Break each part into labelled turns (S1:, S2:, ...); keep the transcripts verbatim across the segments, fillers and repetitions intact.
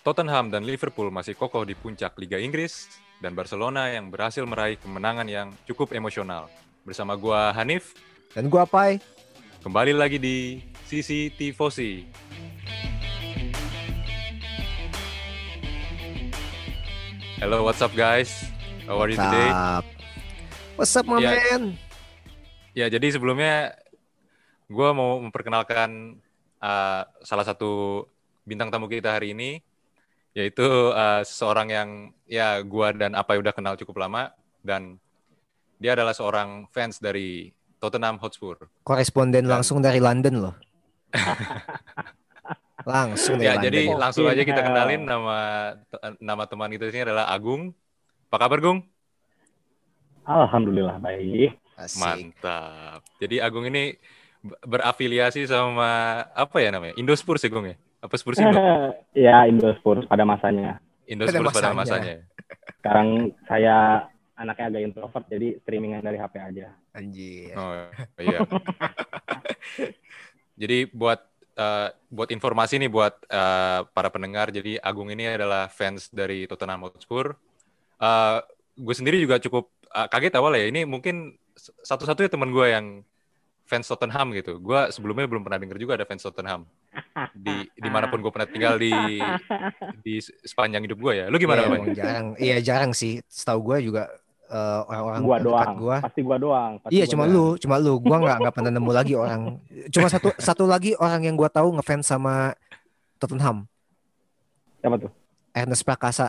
S1: Tottenham dan Liverpool masih kokoh di puncak Liga Inggris, dan Barcelona yang berhasil meraih kemenangan yang cukup emosional. Bersama gua Hanif,
S2: dan gua Pai.
S1: Kembali lagi di Sisi Tifosi. Hello, what's up guys? How are you today?
S2: What's up, my
S1: ya,
S2: man?
S1: Ya, jadi sebelumnya gua mau memperkenalkan uh, salah satu bintang tamu kita hari ini, yaitu uh, seseorang yang ya gua dan Apai udah kenal cukup lama, dan dia adalah seorang fans dari Tottenham Hotspur.
S2: Koresponden
S1: Dan...
S2: langsung dari London loh. Langsung dari
S1: ya,
S2: London.
S1: Jadi langsung aja kita kenalin nama nama teman kita ini adalah Agung. Apa kabar, Gung?
S3: Alhamdulillah baik.
S2: Asik.
S1: Mantap. Jadi Agung ini berafiliasi sama apa ya namanya? Indospurs ya, Gung ya? Apa Spurs Indo?
S3: Ya, Indospurs pada masanya.
S1: Indospurs pada masanya.
S3: Sekarang saya anaknya agak introvert, jadi streamingan dari H P aja.
S2: Anjir.
S1: Oh iya. Jadi buat uh, buat informasi nih buat uh, para pendengar, jadi Agung ini adalah fans dari Tottenham Hotspur. Uh, gue sendiri juga cukup uh, kaget awal ya. Ini mungkin satu-satunya teman gue yang fans Tottenham gitu. Gue sebelumnya belum pernah denger juga ada fans Tottenham di dimanapun gue pernah tinggal di di sepanjang hidup gue ya. Lu gimana,
S2: Bang? Yeah, jarang. Iya jarang sih. Setahu gue juga uh, orang-orang
S3: gua
S2: dekat
S3: doang.
S2: Gua.
S3: Pasti gua doang. Pasti
S2: iya
S3: gua
S2: cuma
S3: doang.
S2: lu, cuma lu. Gua nggak nggak pernah nemu lagi orang. Cuma satu satu lagi orang yang gua tahu ngefans sama Tottenham.
S3: Siapa tuh?
S2: Ernest Prakasa.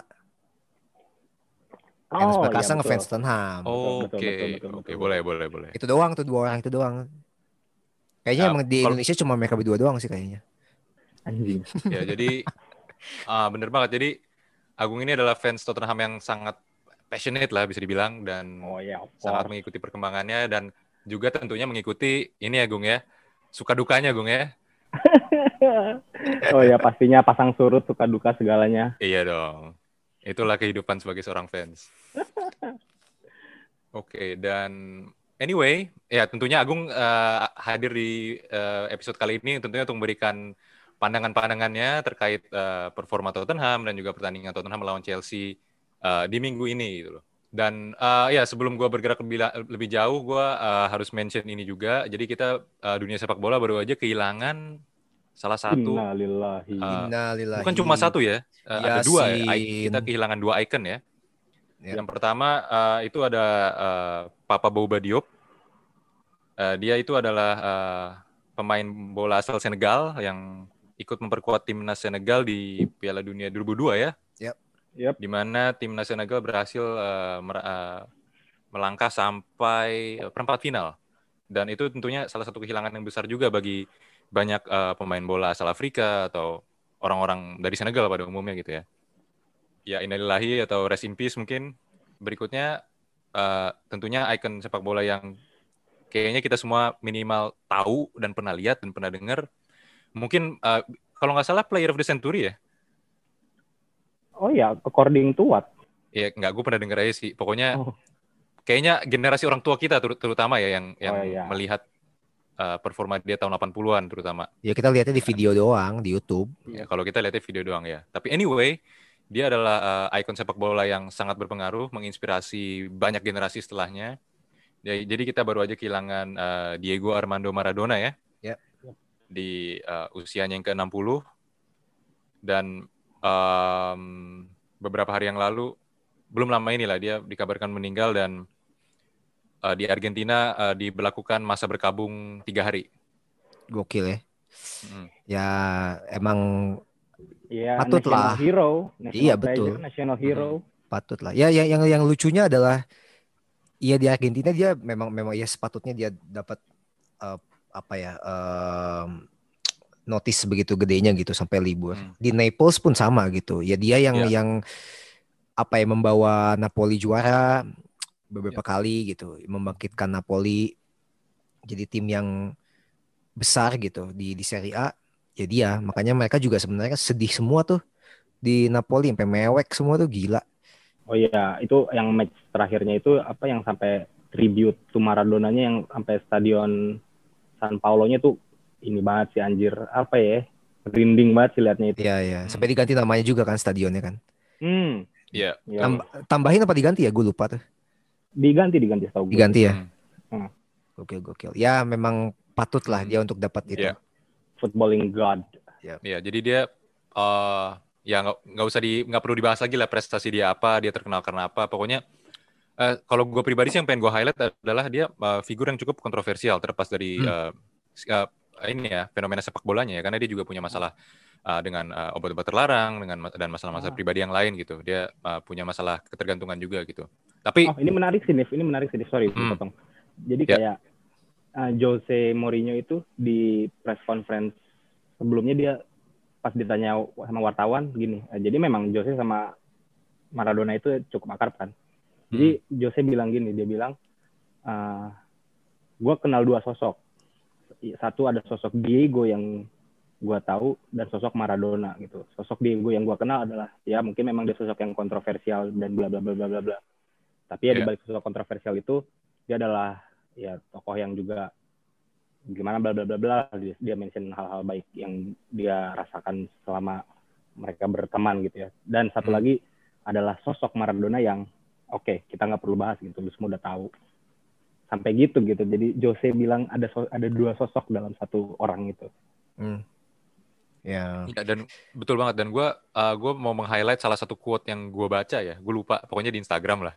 S3: Oh,
S2: Ernest Prakasa
S3: iya,
S2: ngefans Tottenham.
S1: Oke, oke, boleh, boleh, boleh.
S2: Itu doang tuh, dua orang itu doang. Kayaknya uh, emang di kalo... Indonesia cuma mereka berdua doang sih kayaknya.
S3: Anjing.
S1: Ya, jadi uh, bener banget. Jadi Agung ini adalah fans Tottenham yang sangat passionate lah bisa dibilang, dan
S3: oh, yeah,
S1: sangat mengikuti perkembangannya, dan juga tentunya mengikuti ini ya Gung ya, suka dukanya Gung ya.
S3: Oh ya, pastinya pasang surut suka duka segalanya.
S1: Iya dong. Itulah kehidupan sebagai seorang fans. Oke, okay, dan anyway, ya tentunya Agung uh, hadir di uh, episode kali ini tentunya untuk memberikan pandangan-pandangannya terkait uh, performa Tottenham dan juga pertandingan Tottenham melawan Chelsea uh, di minggu ini gitu loh. Dan uh, ya sebelum gue bergerak lebih, lebih jauh, gue uh, harus mention ini juga. Jadi kita uh, dunia sepak bola baru aja kehilangan salah satu.
S3: Innalillahi.
S1: Uh,
S2: Innalillahi.
S1: Bukan cuma satu ya, uh, ada dua ya. Kita kehilangan dua icon ya. Yep. Yang pertama uh, itu ada uh, Papa Bouba Diop. Uh, dia itu adalah uh, pemain bola asal Senegal yang ikut memperkuat timnas Senegal di Piala Dunia dua ribu dua ya.
S2: Yep.
S3: Yep.
S1: Di mana timnas Senegal berhasil uh, mer- uh, melangkah sampai uh, perempat final. Dan itu tentunya salah satu kehilangan yang besar juga bagi banyak uh, pemain bola asal Afrika atau orang-orang dari Senegal pada umumnya gitu ya. Ya, innalillahi atau rest in peace mungkin. Berikutnya uh, tentunya ikon sepak bola yang kayaknya kita semua minimal tahu dan pernah lihat dan pernah dengar. Mungkin uh, kalau nggak salah player of the century ya.
S3: Oh ya, according to what?
S1: Ya nggak, gue pernah dengar aja sih. Pokoknya oh. kayaknya generasi orang tua kita terutama ya yang yang oh, iya. melihat uh, performa dia tahun delapan puluhan terutama.
S2: Ya kita lihatnya di video doang di YouTube.
S1: Ya kalau kita lihatnya video doang ya. Tapi anyway, dia adalah uh, ikon sepak bola yang sangat berpengaruh, menginspirasi banyak generasi setelahnya. Jadi kita baru aja kehilangan uh, Diego Armando Maradona ya.
S2: Yep.
S1: Di uh, usianya yang ke enam puluh. Dan um, beberapa hari yang lalu, belum lama inilah dia dikabarkan meninggal, dan uh, di Argentina uh, diberlakukan masa berkabung tiga hari.
S2: Gokil ya.
S1: Mm.
S2: Ya emang
S3: ya,
S2: patut lah.
S3: Hero,
S2: iya betul.
S3: Treasure, national hero.
S2: Mm-hmm. Patut lah. Ya yang yang yang lucunya adalah iya di Argentina dia memang memang ya sepatutnya dia dapat uh, apa ya um, notice begitu gedenya gitu sampai libur. Hmm. Di Naples pun sama gitu. Ya dia yang yeah. yang apa ya membawa Napoli juara beberapa yeah. kali gitu, membangkitkan Napoli jadi tim yang besar gitu di di Serie A. Ya dia, makanya mereka juga sebenarnya sedih semua tuh di Napoli sampai mewek semua tuh gila.
S3: Oh iya, itu yang match terakhirnya itu apa yang sampai tribute to Maradonanya yang sampai stadion San Paulo-nya tuh ini banget sih anjir, apa ya, Merinding banget sih liatnya itu.
S2: Iya, iya. Sampai diganti namanya juga kan stadionnya kan.
S3: Hmm.
S1: Iya.
S3: Ya,
S2: Tam- tambahin apa diganti ya? Gue lupa tuh.
S3: diganti diganti tahu gue.
S2: Diganti ya.
S1: Hmm.
S3: Hmm.
S2: Gokil, gokil. Ya memang patut lah
S1: Hmm.
S2: dia untuk dapat itu.
S1: Iya.
S3: Footballing God.
S1: Iya, jadi dia eh ya nggak nggak usah di nggak perlu dibahas lagi lah prestasi dia apa, dia terkenal karena apa. Pokoknya eh, kalau gue pribadi sih yang pengen gue highlight adalah dia eh, figur yang cukup kontroversial terlepas dari
S2: Hmm.
S1: eh, eh, ini ya fenomena sepak bolanya ya, karena dia juga punya masalah eh, dengan eh, obat-obat terlarang dengan ma- dan masalah-masalah
S3: Ah.
S1: pribadi yang lain gitu. Dia eh, punya masalah ketergantungan juga gitu. Tapi
S3: Oh, ini menarik sih, Nif. Ini menarik sih, Nif. Sorry,
S1: Hmm.
S3: dipotong. Jadi
S1: Ya.
S3: kayak uh, Jose Mourinho itu di press conference sebelumnya dia pas ditanya sama wartawan gini. uh, jadi memang Jose sama Maradona itu cukup akrab kan. Jadi
S1: Hmm.
S3: Jose bilang gini, dia bilang, uh, gue kenal dua sosok. Satu ada sosok Diego yang gue tahu dan sosok Maradona gitu. Sosok Diego yang gue kenal adalah ya mungkin memang dia sosok yang kontroversial dan bla bla bla bla bla bla. Tapi ya
S1: Yeah.
S3: di balik sosok kontroversial itu dia adalah ya tokoh yang juga gimana bla bla bla bla, dia, dia mention hal-hal baik yang dia rasakan selama mereka berteman gitu ya. Dan satu
S1: Hmm.
S3: lagi adalah sosok Maradona yang oke, okay, kita nggak perlu bahas gitu, lu semua udah tahu. Sampai gitu gitu. Jadi Jose bilang ada so, ada dua sosok dalam satu orang itu.
S2: Hmm. Ya.
S1: Ya, dan betul banget, dan gue uh, gue mau meng-highlight salah satu quote yang gue baca ya, gue lupa pokoknya di Instagram lah.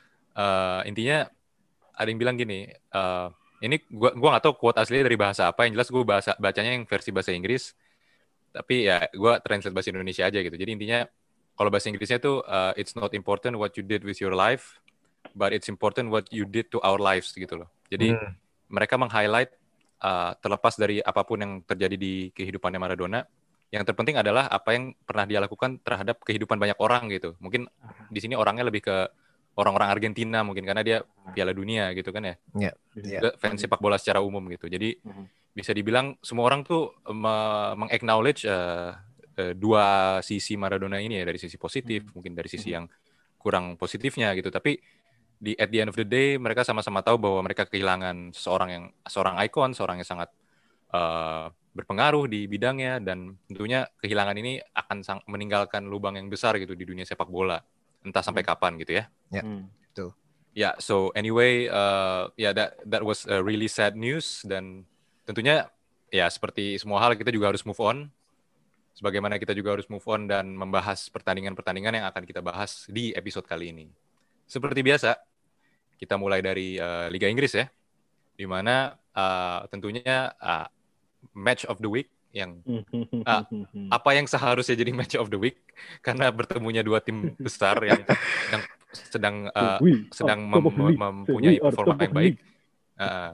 S1: Uh, intinya ada yang bilang gini, uh, ini gue gue nggak tahu quote aslinya dari bahasa apa, yang jelas gue bahasa bacanya yang versi bahasa Inggris, tapi ya gue translate bahasa Indonesia aja gitu. Jadi intinya kalau bahasa Inggrisnya tuh uh, it's not important what you did with your life, but it's important what you did to our lives gitu loh. Jadi
S2: Hmm.
S1: mereka meng-highlight uh, terlepas dari apapun yang terjadi di kehidupannya Maradona, yang terpenting adalah apa yang pernah dia lakukan terhadap kehidupan banyak orang gitu. Mungkin di sini orangnya lebih ke orang-orang Argentina mungkin karena dia Piala Dunia gitu kan ya.
S2: Ya.
S1: Juga fans sepak bola secara umum gitu. Jadi bisa dibilang semua orang tuh me- meng-acknowledge uh, uh, dua sisi Maradona ini ya, dari sisi positif, mungkin dari sisi yang kurang positifnya gitu. Tapi di at the end of the day mereka sama-sama tahu bahwa mereka kehilangan seorang yang seorang ikon, seorang yang sangat uh, berpengaruh di bidangnya, dan tentunya kehilangan ini akan sang- meninggalkan lubang yang besar gitu di dunia sepak bola, entah sampai
S3: Hmm.
S1: kapan gitu ya.
S2: Ya.
S3: Hmm.
S2: Betul.
S1: Ya, yeah, so anyway, uh, ya yeah, that that was a really sad news, dan tentunya ya seperti semua hal kita juga harus move on. Sebagaimana kita juga harus move on dan membahas pertandingan-pertandingan yang akan kita bahas di episode kali ini. Seperti biasa, kita mulai dari uh, Liga Inggris ya, di mana uh, tentunya uh, match of the week yang uh, apa yang seharusnya jadi match of the week karena bertemunya dua tim besar yang sedang sedang uh, sedang mem- mempunyai performa yang baik. Uh,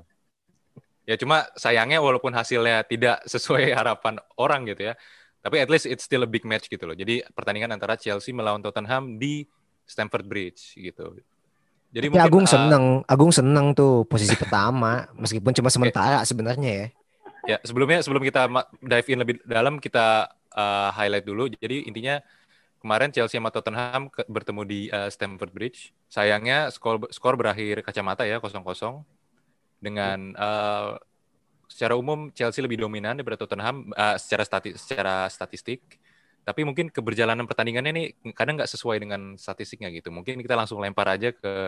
S1: ya cuma sayangnya walaupun hasilnya tidak sesuai harapan orang gitu ya, tapi at least it's still a big match gitu loh. Jadi pertandingan antara Chelsea melawan Tottenham di Stamford Bridge gitu. Jadi
S2: Tapi
S1: mungkin
S2: Agung
S1: uh,
S2: seneng, Agung seneng tuh posisi pertama, meskipun cuma sementara sebenarnya ya.
S1: Ya, sebelumnya sebelum kita dive in lebih dalam, kita uh, highlight dulu. Jadi intinya kemarin Chelsea sama Tottenham ke, bertemu di uh, Stamford Bridge. Sayangnya skor skor berakhir kacamata ya, kosong kosong. Dengan uh, secara umum Chelsea lebih dominan daripada Tottenham uh, secara stati secara statistik. Tapi mungkin keberjalanan pertandingannya nih kadang nggak sesuai dengan statistiknya gitu. Mungkin kita langsung lempar aja ke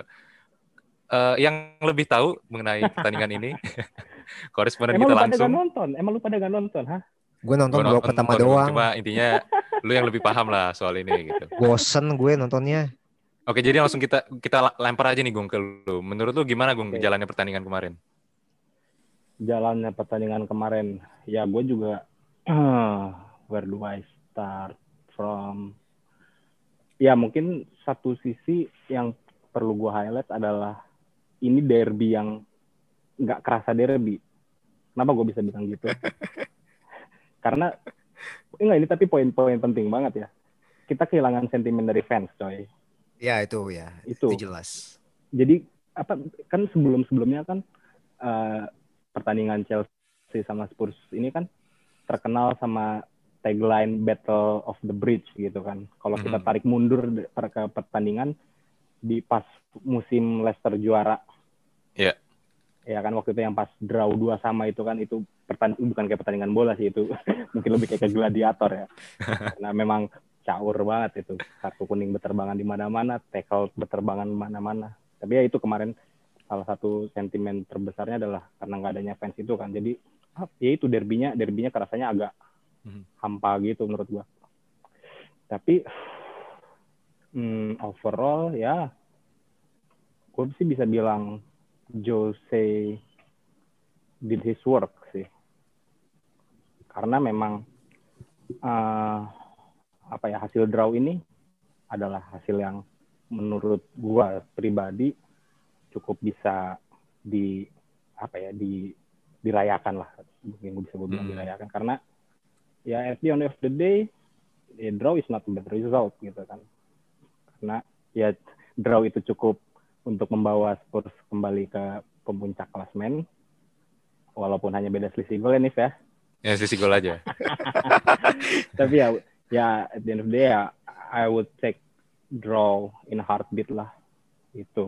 S1: uh, yang lebih tahu mengenai pertandingan ini. Koresponden kita langsung.
S3: Emang lu pada gak nonton? Emang lu pada gak nonton, hah?
S2: Gue nonton
S1: Gue
S2: babak
S1: nonton,
S2: pertama
S1: nonton,
S2: doang.
S1: Cuma intinya lu yang lebih paham lah soal ini gitu.
S2: Bosen gue nontonnya.
S1: Oke, jadi langsung kita kita lempar aja nih Gung ke lu. Menurut lu gimana Gung
S3: Oke.
S1: jalannya pertandingan kemarin?
S3: Jalannya pertandingan kemarin, ya gue juga uh, where do I start from? Ya mungkin satu sisi yang perlu gue highlight adalah ini derby yang nggak kerasa derby. Kenapa gue bisa bilang gitu? Karena enggak, ini tapi poin-poin penting banget ya. Kita kehilangan sentimen dari fans, coy.
S2: Ya itu ya,
S3: itu,
S2: itu jelas.
S3: Jadi apa kan sebelum-sebelumnya kan uh, pertandingan Chelsea sama Spurs ini kan terkenal sama tagline Battle of the Bridge gitu kan. Kalau kita tarik mundur ke pertandingan di pas musim Leicester juara.
S1: Iya. Yeah.
S3: Ya kan waktu itu yang pas draw dua sama itu kan itu pertan- bukan kayak pertandingan bola sih itu. Mungkin lebih kayak ke gladiator ya. Karena memang caur banget itu. Kartu kuning berterbangan di mana-mana, tackle berterbangan di mana-mana. Tapi ya itu kemarin salah satu sentimen terbesarnya adalah karena nggak adanya fans itu kan. Jadi ya itu derbynya, derbynya kerasanya agak hampa gitu menurut gua. Tapi hmm, overall ya gue sih bisa bilang Jose did his work sih. Karena memang uh, apa ya hasil draw ini adalah hasil yang menurut gua pribadi cukup bisa di apa ya di dirayakan lah, mungkin bisa gue bilang hmm. dirayakan karena ya at the end of the day ya, draw is not a bad result gitu kan. Karena ya draw itu cukup untuk membawa Spurs kembali ke pemuncak klasemen walaupun hanya beda selisih gol ya Nif ya.
S1: Ya selisih gol aja.
S3: Tapi ya ya at the end of the day ya I would take draw in a heartbeat lah itu.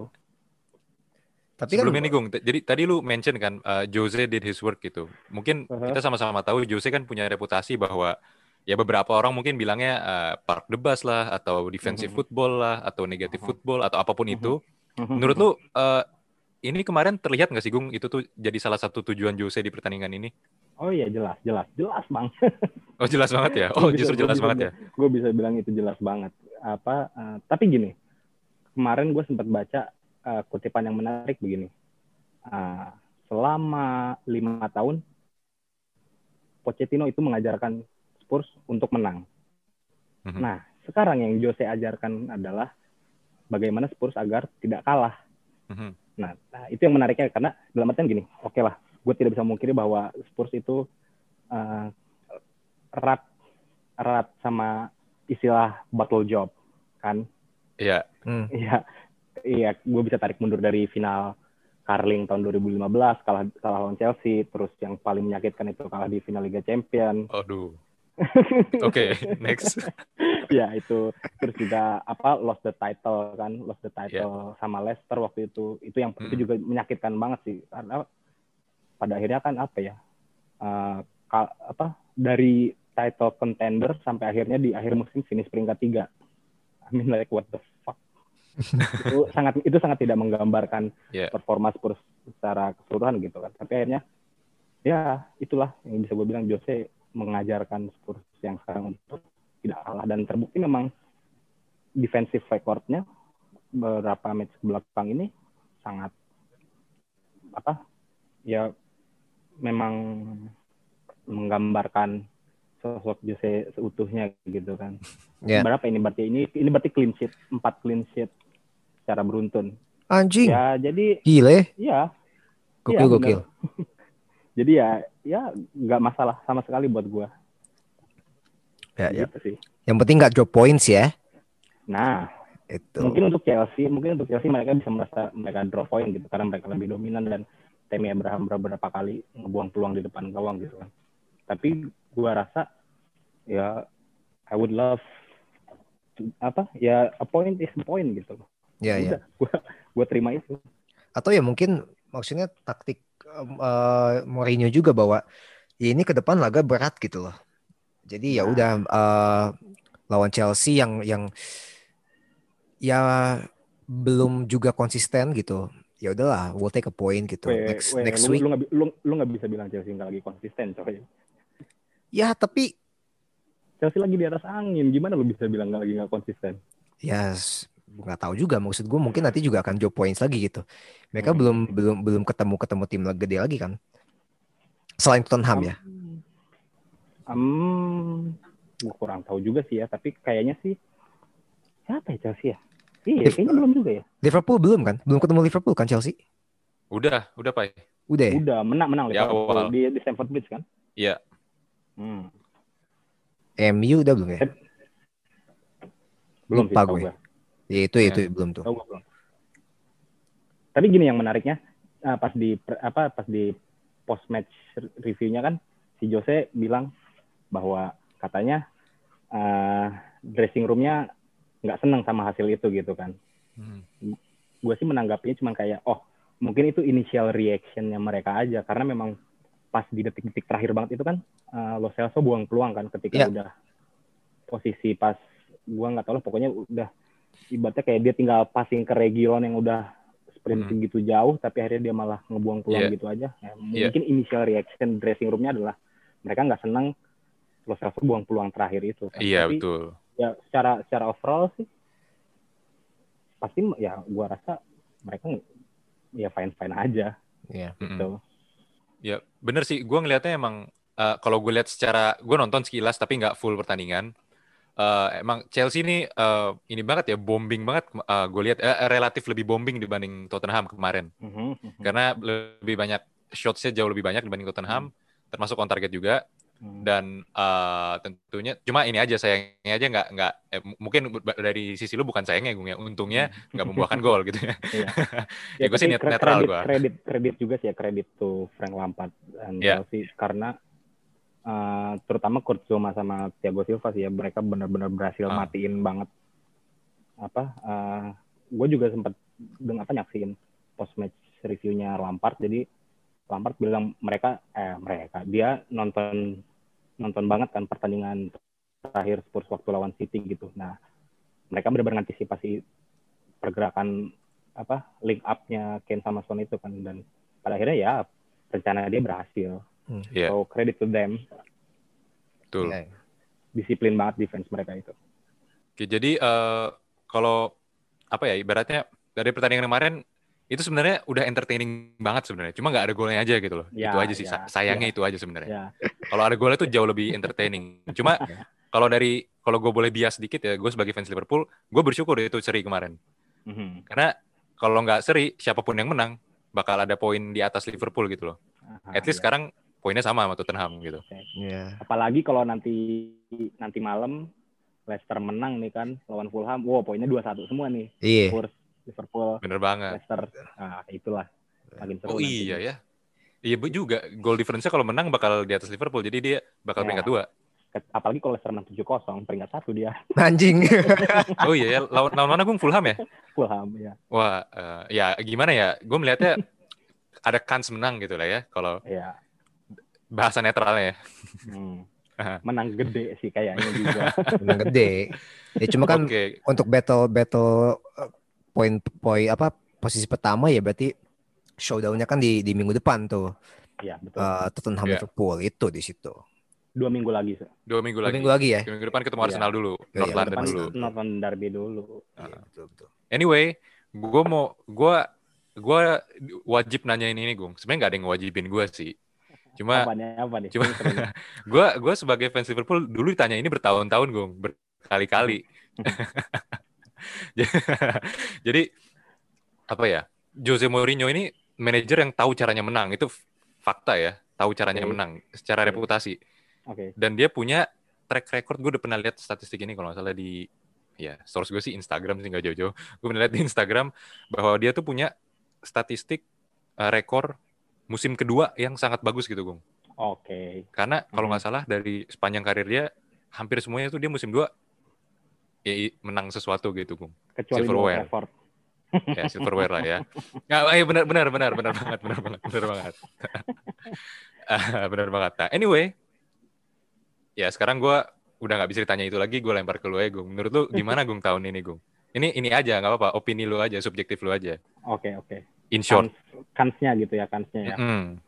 S1: Tapi sebelumnya kan, nih Gung, t- jadi tadi lu mention kan uh, Jose did his work gitu. Mungkin uh-huh. kita sama-sama tahu Jose kan punya reputasi bahwa ya beberapa orang mungkin bilangnya uh, park the bus lah atau defensive uh-huh. football lah atau negative uh-huh. football atau apapun uh-huh. itu. Uh-huh. Menurut lu uh, ini kemarin terlihat nggak sih Gung itu tuh jadi salah satu tujuan Jose di pertandingan ini?
S3: Oh iya jelas, jelas, jelas bang.
S1: Oh jelas banget ya. Oh bisa, justru jelas banget ya.
S3: Gue bisa bilang itu jelas banget. Apa? Uh, tapi gini, kemarin gue sempat baca uh, kutipan yang menarik begini. Uh, selama lima tahun, Pochettino itu mengajarkan Spurs untuk menang. Mm-hmm. Nah, sekarang yang Jose ajarkan adalah bagaimana Spurs agar tidak kalah. Mm-hmm. Nah, nah, itu yang menariknya karena dalam artian gini, oke okay lah. Gue tidak bisa memungkiri bahwa Spurs itu uh, erat erat sama istilah battle job kan?
S1: Iya.
S3: Yeah. Iya, iya. Gue bisa tarik mundur dari final Carling tahun dua ribu lima belas kalah kalah lawan Chelsea, terus yang paling menyakitkan itu kalah di final Liga Champions.
S1: Aduh. Oke, okay, next.
S3: Ya itu terus juga apa lost the title kan, lost the title yeah. sama Leicester waktu itu. Itu yang mm. itu juga menyakitkan banget sih karena pada akhirnya kan apa ya uh, kal- apa dari title contender sampai akhirnya di akhir musim finish peringkat tiga. I mean like what the fuck. itu sangat itu sangat tidak menggambarkan yeah. performa Spurs secara keseluruhan gitu kan. Tapi akhirnya ya itulah yang bisa gue bilang Jose mengajarkan Spurs yang sekarang untuk tidak kalah dan terbukti memang defensive record-nya beberapa match belakang ini sangat apa ya memang menggambarkan sosok Jose seutuhnya gitu kan. Yeah. Berapa ini berarti ini ini berarti clean sheet, empat clean sheet secara beruntun.
S2: Anjing.
S3: Ya, jadi
S2: gile.
S3: Iya.
S2: Gokil
S3: ya,
S2: gokil.
S3: Jadi ya ya enggak masalah sama sekali buat gua.
S2: Ya,
S3: gitu
S2: ya.
S3: sih.
S2: Yang penting enggak drop points ya.
S3: Nah,
S2: itu.
S3: Mungkin untuk Chelsea, mungkin untuk Chelsea mereka bisa merasa mereka drop point gitu karena mereka lebih dominan dan Tammy Abraham beberapa kali ngebuang peluang di depan gawang gitu kan. Tapi gua rasa ya I would love to, apa ya a point is a point gitu loh.
S2: Ya,
S3: udah,
S2: ya.
S3: Gua gua terima itu.
S2: Atau ya mungkin maksudnya taktik uh, Mourinho juga bahwa ya ini ke depan laga berat gitu loh. Jadi ya udah uh, lawan Chelsea yang yang ya belum juga konsisten gitu. Ya udahlah, we'll take a point gitu.
S3: Weh,
S2: next
S3: weh,
S2: next
S3: lu,
S2: week.
S3: Lu nggak lu, lu nggak bisa bilang Chelsea nggak lagi konsisten, coy.
S2: Ya tapi
S3: Chelsea lagi di atas angin, gimana lu bisa bilang nggak lagi nggak konsisten?
S2: Ya nggak tahu juga, maksud gue mungkin nanti juga akan drop points lagi gitu. Mereka hmm. belum belum belum ketemu ketemu tim gede lagi kan. Selain Tottenham um, ya.
S3: Um, gue kurang tahu juga sih ya, tapi kayaknya sih siapa ya Chelsea ya? Iya, kayaknya belum juga ya.
S2: Liverpool belum kan? Belum ketemu Liverpool kan Chelsea?
S1: Udah, udah Pak.
S2: Udah. Ya?
S3: Udah, menang-menang
S1: ya,
S3: Liverpool di, di Stamford Bridge kan?
S1: Iya.
S3: Hmm.
S2: M U udah belum ya?
S3: Belum
S2: Lupa
S3: sih,
S2: gue.
S3: gue.
S2: Ya itu ya. itu belum tuh.
S3: Tahu gue belum. Tapi gini yang menariknya, pas di apa pas di post match reviewnya kan si Jose bilang bahwa katanya uh, dressing room-nya nggak senang sama hasil itu gitu kan. Hmm. Gue sih menanggapinya cuma kayak oh mungkin itu initial reaction-nya mereka aja, karena memang pas di detik-detik terakhir banget itu kan uh, Lo Celso buang peluang kan ketika yeah. udah posisi pas gua nggak tahu lah, pokoknya udah ibaratnya kayak dia tinggal passing ke Reguilon yang udah sprint mm-hmm. gitu jauh, tapi akhirnya dia malah ngebuang peluang yeah. gitu aja. Ya, mungkin yeah. initial reaction dressing room-nya adalah mereka nggak senang Lo Celso buang peluang terakhir itu. Kan.
S1: Iya yeah,
S3: tapi,
S1: betul.
S3: Ya secara secara overall sih pasti ya gua rasa mereka ya fine fine aja.
S2: Iya. Yeah.
S3: Gitu.
S1: Mm-hmm. Ya bener sih, gue ngelihatnya emang uh, kalau gue lihat secara, gue nonton sekilas tapi nggak full pertandingan. Uh, emang Chelsea ini uh, ini banget ya, bombing banget. Uh, gue lihat uh, relatif lebih bombing dibanding Tottenham kemarin,
S3: mm-hmm.
S1: karena lebih banyak shotsnya jauh lebih banyak dibanding Tottenham, mm-hmm. termasuk on target juga. Dan uh, tentunya cuma ini aja sayangnya aja nggak nggak eh, mungkin dari sisi lu bukan sayangnya gue ya, untungnya nggak membuahkan gol gitu ya.
S3: Iya.
S1: Ya, ya gue sih netral
S3: gue.
S1: Kredit
S3: kredit kredit juga sih ya, kredit tuh Frank Lampard dan yeah. Chelsea karena uh, terutama Kurt Zouma sama Thiago Silva sih ya, mereka benar-benar berhasil uh. matiin banget apa. Uh, gue juga sempat dengan apa nyaksiin post match reviewnya Lampard, jadi Lampard bilang mereka eh mereka dia nonton nonton banget kan pertandingan terakhir Spurs waktu lawan City gitu. Nah, mereka benar-benar antisipasi pergerakan apa link up-nya Kane sama Son itu kan, dan pada akhirnya ya rencana dia berhasil. Hmm. Yeah. So credit to them.
S1: Betul.
S3: Yeah. Disiplin banget defense mereka itu.
S1: Oke, jadi uh, kalau apa ya ibaratnya dari pertandingan kemarin itu sebenarnya udah entertaining banget sebenarnya. Cuma nggak ada golnya aja gitu loh. Ya, itu aja sih. Ya, sayangnya ya. Itu aja sebenarnya. Ya. Kalau ada golnya itu jauh lebih entertaining. Cuma kalau dari kalau gue boleh bias sedikit ya, gue sebagai fans Liverpool, gue bersyukur itu seri kemarin. Mm-hmm. Karena kalau nggak seri, siapapun yang menang bakal ada poin di atas Liverpool gitu loh. Aha, At least ya. Sekarang poinnya sama sama Tottenham gitu.
S3: Okay. Yeah. Apalagi kalau nanti nanti malam Leicester menang nih kan lawan Fulham, wow poinnya dua satu semua nih.
S2: Iya.
S3: Yeah. Liverpool,
S1: bener banget.
S3: Leicester, nah itulah makin seru.
S1: Oh nanti. Iya ya, iya juga goal difference-nya kalau menang bakal di atas Liverpool, jadi dia bakal ya. Peringkat dua.
S3: Apalagi kalau Leicester menang tujuh kosong, peringkat satu dia.
S2: Anjing.
S1: Oh iya ya, lawan lawan mana gue Fulham ya?
S3: Fulham ya.
S1: Wah, uh, ya gimana ya? Gue melihatnya ada kans menang gitu lah ya, kalau
S3: ya.
S1: Bahasa netralnya ya.
S3: Hmm. Menang gede sih kayaknya juga.
S2: Menang gede. Ya cuma kan okay. Untuk battle battle poin poin apa posisi pertama ya berarti showdown-nya kan di di minggu depan tuh.
S3: Iya, betul.
S2: Uh, Tottenham yeah. Liverpool itu di situ.
S3: Dua minggu lagi, sir.
S1: Dua minggu
S2: Dua
S1: lagi.
S2: minggu lagi ya.
S1: Dua minggu depan ketemu Arsenal yeah. dulu,
S2: oh,
S1: North
S2: iya,
S1: London dulu.
S3: North London Derby dulu.
S1: Uh. Iya, betul betul. Anyway, gue mau gue gue wajib nanyain ini, Gung. Sebenarnya nggak ada yang ngewajibin gue sih. Cuma
S3: apa nih, apa nih?
S1: Cuma gue gue sebagai fans Liverpool dulu ditanya ini bertahun-tahun, Gung, berkali-kali. Jadi apa ya, Jose Mourinho ini manajer yang tahu caranya menang, itu fakta ya, tahu caranya okay. menang secara okay. reputasi.
S3: Okay.
S1: Dan dia punya track record, gue udah pernah lihat statistik ini kalau nggak salah di, ya source gue sih Instagram sih, nggak jauh-jauh. Gue pernah lihat di Instagram bahwa dia tuh punya statistik uh, rekor musim kedua yang sangat bagus gitu, Gung.
S3: Oke. Okay.
S1: Karena kalau nggak mm-hmm. salah dari sepanjang karir dia hampir semuanya tuh dia musim dua ya menang sesuatu gitu, Gung.
S3: Kecuali
S1: silverware. Ya silverware lah ya. Nggak, eh benar benar benar benar banget benar banget benar banget. uh, benar banget. Nah, anyway, ya sekarang gue udah nggak bisa ditanya itu lagi, gue lempar ke lu ya, Gung. Menurut lu gimana, Gung, tahun ini, Gung? Ini ini aja nggak apa-apa, opini lu aja, subjektif lu aja.
S3: Oke okay, oke. Okay.
S1: In short.
S3: Kansnya gitu ya, kansnya ya.
S1: Mm-hmm.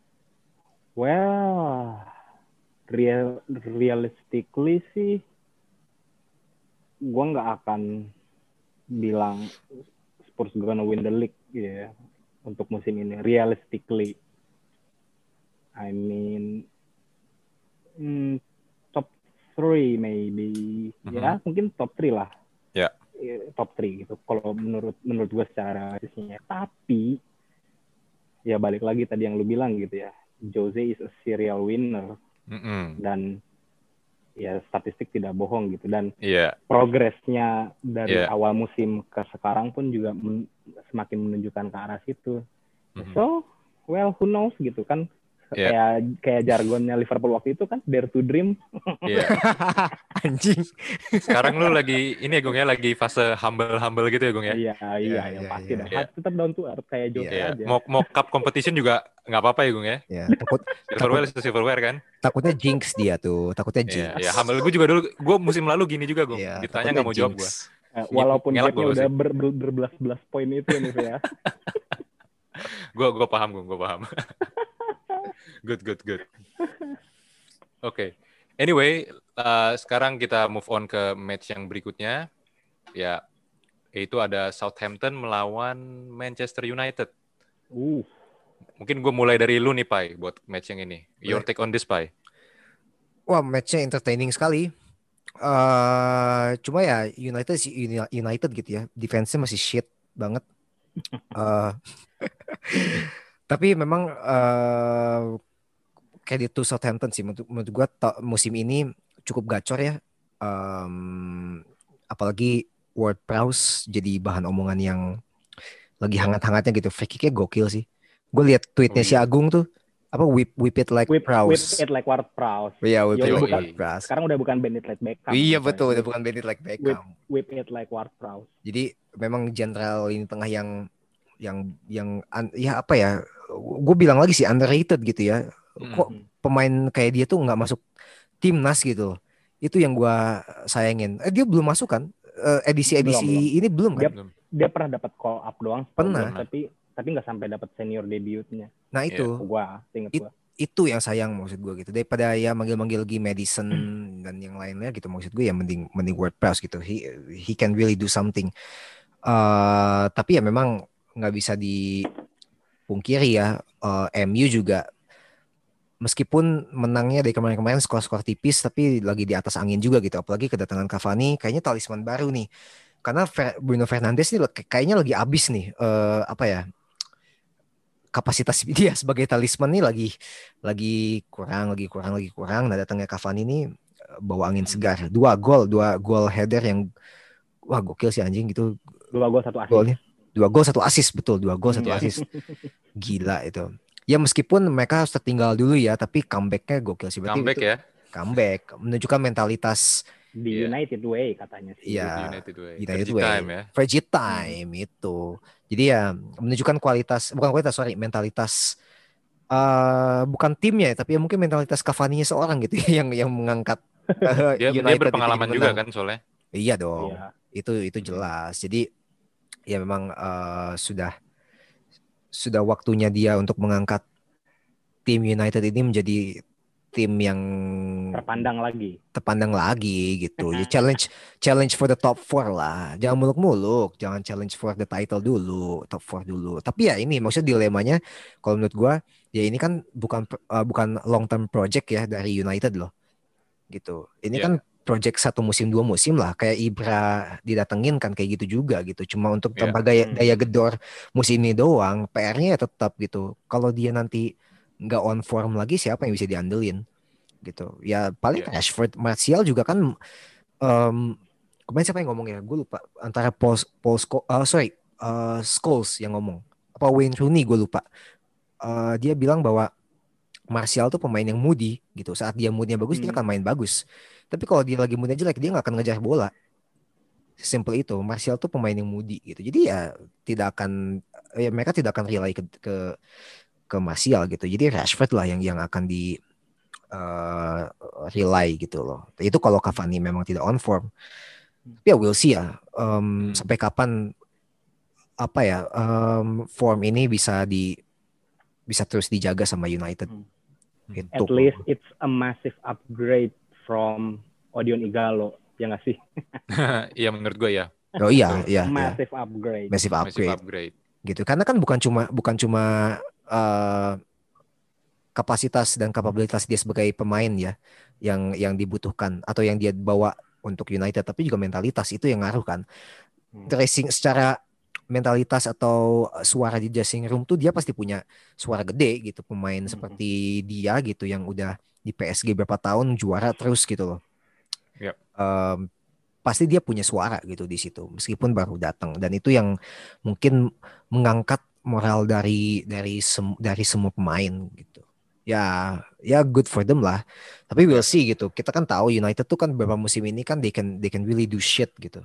S3: Well, real realistically sih, gue nggak akan bilang Spurs gonna win the league gitu ya untuk musim ini. Realistically, I mean hmm, top three maybe, mm-hmm. ya mungkin top three lah.
S1: Ya.
S3: Yeah. Top three gitu. Kalau menurut menurut gue secara isinya. Tapi ya balik lagi tadi yang lu bilang gitu ya. Jose is a serial winner.
S1: Mm-hmm.
S3: Dan ya statistik tidak bohong gitu, dan
S1: yeah.
S3: progresnya dari
S1: yeah.
S3: awal musim ke sekarang pun juga men- semakin menunjukkan ke arah situ. Mm-hmm. So, well, who knows gitu kan. Yeah. Kayak kayak jargonnya Liverpool waktu itu kan, dare to dream.
S1: Yeah.
S2: Anjing.
S1: Sekarang lu lagi ini ya Gung ya, lagi fase humble-humble gitu ya Gung ya.
S3: Iya, iya,
S2: Iya,
S3: yang
S2: iya,
S3: pasti
S2: iya.
S3: dong.
S1: Iya.
S3: Harus tetap down to earth kayak
S2: Iya.
S3: Joker
S1: Iya,
S3: aja.
S1: mau mau cup competition juga nggak apa-apa ya Gung ya.
S2: Ya, takut
S1: Silverware
S2: takut
S1: itu silverware kan.
S2: takutnya jinx dia tuh, takutnya
S1: Iya,
S2: jinx.
S1: iya humble gue juga dulu. Gue musim lalu gini juga Gung.
S2: Iya,
S1: Ditanya
S2: takutnya
S1: nggak mau jawab gue.
S2: jinx.
S3: Eh, walaupun
S1: Ngelak
S3: gapnya
S1: gua
S3: udah
S1: pasti.
S3: ber, ber, berbelas-belas poin itu nih ya.
S1: Gue gue paham Gung, gue paham. Good, good, good. Oke. Okay. Anyway, uh, sekarang kita move on ke match yang berikutnya. Ya, itu ada Southampton melawan Manchester United.
S3: Uh,
S1: Mungkin gue mulai dari lu nih, Pai, buat match yang ini. Your
S2: Boleh.
S1: take on this, Pai.
S2: Wah, matchnya entertaining sekali. Uh, cuma ya United sih Uni- United gitu ya, defense-nya masih shit banget. Uh, tapi memang uh, credit to Southampton sih menurut, menurut gue musim ini cukup gacor ya. Um, apalagi Ward-Prowse jadi bahan omongan yang lagi hangat-hangatnya gitu. Free kick-nya gokil sih. Gue lihat tweetnya
S1: Oh,
S2: si
S1: iya.
S2: Agung tuh apa whip whip it like
S3: whip, whip
S2: Prowse.
S3: it like Ward-Prowse.
S2: Iya, whip it
S3: Yoi,
S2: like
S3: bukan-
S2: Ward-Prowse.
S3: Sekarang udah bukan Bend It Like Beckham.
S2: Iya
S3: gitu.
S2: betul, udah
S3: Whip,
S2: bukan Bend It like
S3: whip,
S2: Beckham.
S3: whip it like Ward-Prowse.
S2: Jadi memang jenderal lini tengah yang yang yang un- ya apa ya? Gue bilang lagi sih underrated gitu ya. Kok
S3: Hmm.
S2: pemain kayak dia tuh nggak masuk timnas gitu loh. Itu yang gue sayangin. Eh, dia belum masuk kan? Eh, edisi-edisi
S3: Belum, belum.
S2: ini belum kan?
S3: Dia, dia pernah dapat call up doang. setahu
S2: Pernah.
S3: gua, tapi tapi nggak sampai dapat senior debutnya.
S2: Nah
S1: Iya.
S2: itu,
S3: Gua inget
S2: It-
S3: gua.
S2: itu yang sayang maksud gue gitu. Daripada ya manggil-manggil lagi Madison dan yang lainnya gitu. Maksud gue ya mending mending Ward-Prowse gitu. He he can really do something. Eh, tapi ya memang nggak bisa dipungkiri ya. eh, M U juga meskipun menangnya dari kemarin-kemarin skor-skor tipis, tapi lagi di atas angin juga gitu. Apalagi kedatangan Cavani, kayaknya talisman baru nih. Karena Fer- Bruno Fernandes nih kayak- kayaknya lagi abis nih. eh, apa ya? Kapasitas dia sebagai talisman nih lagi lagi kurang, lagi kurang, lagi kurang. Nah datangnya Cavani nih eh, bawa angin segar. Dua gol, dua gol header yang wah gokil sih anjing gitu.
S3: Dua gol satu assist.
S2: Golnya dua gol satu assist, betul, dua gol satu
S1: Hmm, ya.
S2: assist. Gila itu. Ya meskipun mereka harus tertinggal dulu ya, tapi comeback-nya gokil sih. Berarti
S1: Comeback
S2: itu
S1: ya.
S2: comeback menunjukkan mentalitas
S3: Di
S1: Iya.
S3: United Way katanya sih.
S2: ya
S1: United Way.
S2: United
S1: Fergie
S2: Way,
S1: time ya.
S2: Fergie time itu. Jadi ya menunjukkan kualitas, bukan kualitas sorry, mentalitas eh bukan timnya, tapi ya mungkin mentalitas Cavani-nya seorang gitu ya, yang yang mengangkat eh,
S1: Dia, dia
S2: United
S1: berpengalaman
S2: itu jadi
S1: juga
S2: menang.
S1: kan soalnya.
S2: Iya dong.
S3: Iya.
S2: Itu itu jelas. Jadi ya memang eh, sudah sudah waktunya dia untuk mengangkat tim United ini menjadi tim yang
S3: Terpandang lagi.
S2: terpandang lagi gitu. Ya challenge challenge for the top four lah. Jangan muluk-muluk, jangan challenge for the title dulu, top four dulu. Tapi ya ini maksudnya dilemanya kalau menurut gua ya ini kan bukan uh, bukan long term project ya dari United loh. Gitu. Ini
S1: Yeah.
S2: kan project satu musim dua musim lah, kayak Ibra didatengin kan kayak gitu juga gitu. Cuma untuk
S1: Yeah.
S2: tambah gaya,
S3: Hmm.
S2: daya gedor musim ini doang, P R-nya ya tetap gitu. Kalau dia nanti nggak on form lagi, siapa yang bisa diandelin gitu. Ya paling
S1: Yeah.
S2: Rashford, Martial juga kan um, kemarin siapa yang ngomong ya? Gue lupa. Antara Paul, Paul Sco- uh, sorry, uh, Scholes yang ngomong. Apa Wayne Rooney gue lupa. Uh, dia bilang bahwa Martial tuh pemain yang moody gitu. Saat dia moodnya bagus, dia
S3: Hmm.
S2: akan main bagus. Tapi kalau dia lagi moodnya jelek, dia nggak akan ngejar bola. Simple itu. Martial tuh pemain yang moody gitu. Jadi ya tidak akan, ya mereka tidak akan rely ke ke, ke Martial gitu. Jadi Rashford lah yang yang akan di uh, rely gitu loh. Itu kalau Cavani memang tidak on form. Tapi ya we'll see ya. Um,
S1: Hmm.
S2: Sampai kapan apa ya um, form ini bisa di bisa terus dijaga sama United.
S3: Hmm.
S2: Itu.
S3: At least it's a massive upgrade from Odion Igalo, ya nggak sih?
S1: Iya menurut gue ya.
S2: Oh iya, iya, iya.
S3: Massive upgrade.
S2: Massive
S1: Massive
S2: upgrade
S1: upgrade.
S2: gitu. Karena kan bukan cuma bukan cuma uh, kapasitas dan kapabilitas dia sebagai pemain ya yang yang dibutuhkan atau yang dia bawa untuk United, tapi juga mentalitas itu yang ngaruh kan.
S3: Hmm.
S2: Dressing secara mentalitas atau suara di dressing room tuh dia pasti punya suara gede gitu, pemain
S3: Hmm.
S2: seperti dia gitu yang udah di P S G berapa tahun juara terus gitu loh.
S1: Yep.
S2: Um, pasti dia punya suara gitu di situ meskipun baru datang, dan itu yang mungkin mengangkat moral dari dari sem, dari semua pemain gitu. Ya, ya good for them lah. Tapi we'll
S1: Ya.
S2: see gitu. Kita kan tahu United tuh kan beberapa musim ini kan they can they can really do shit gitu.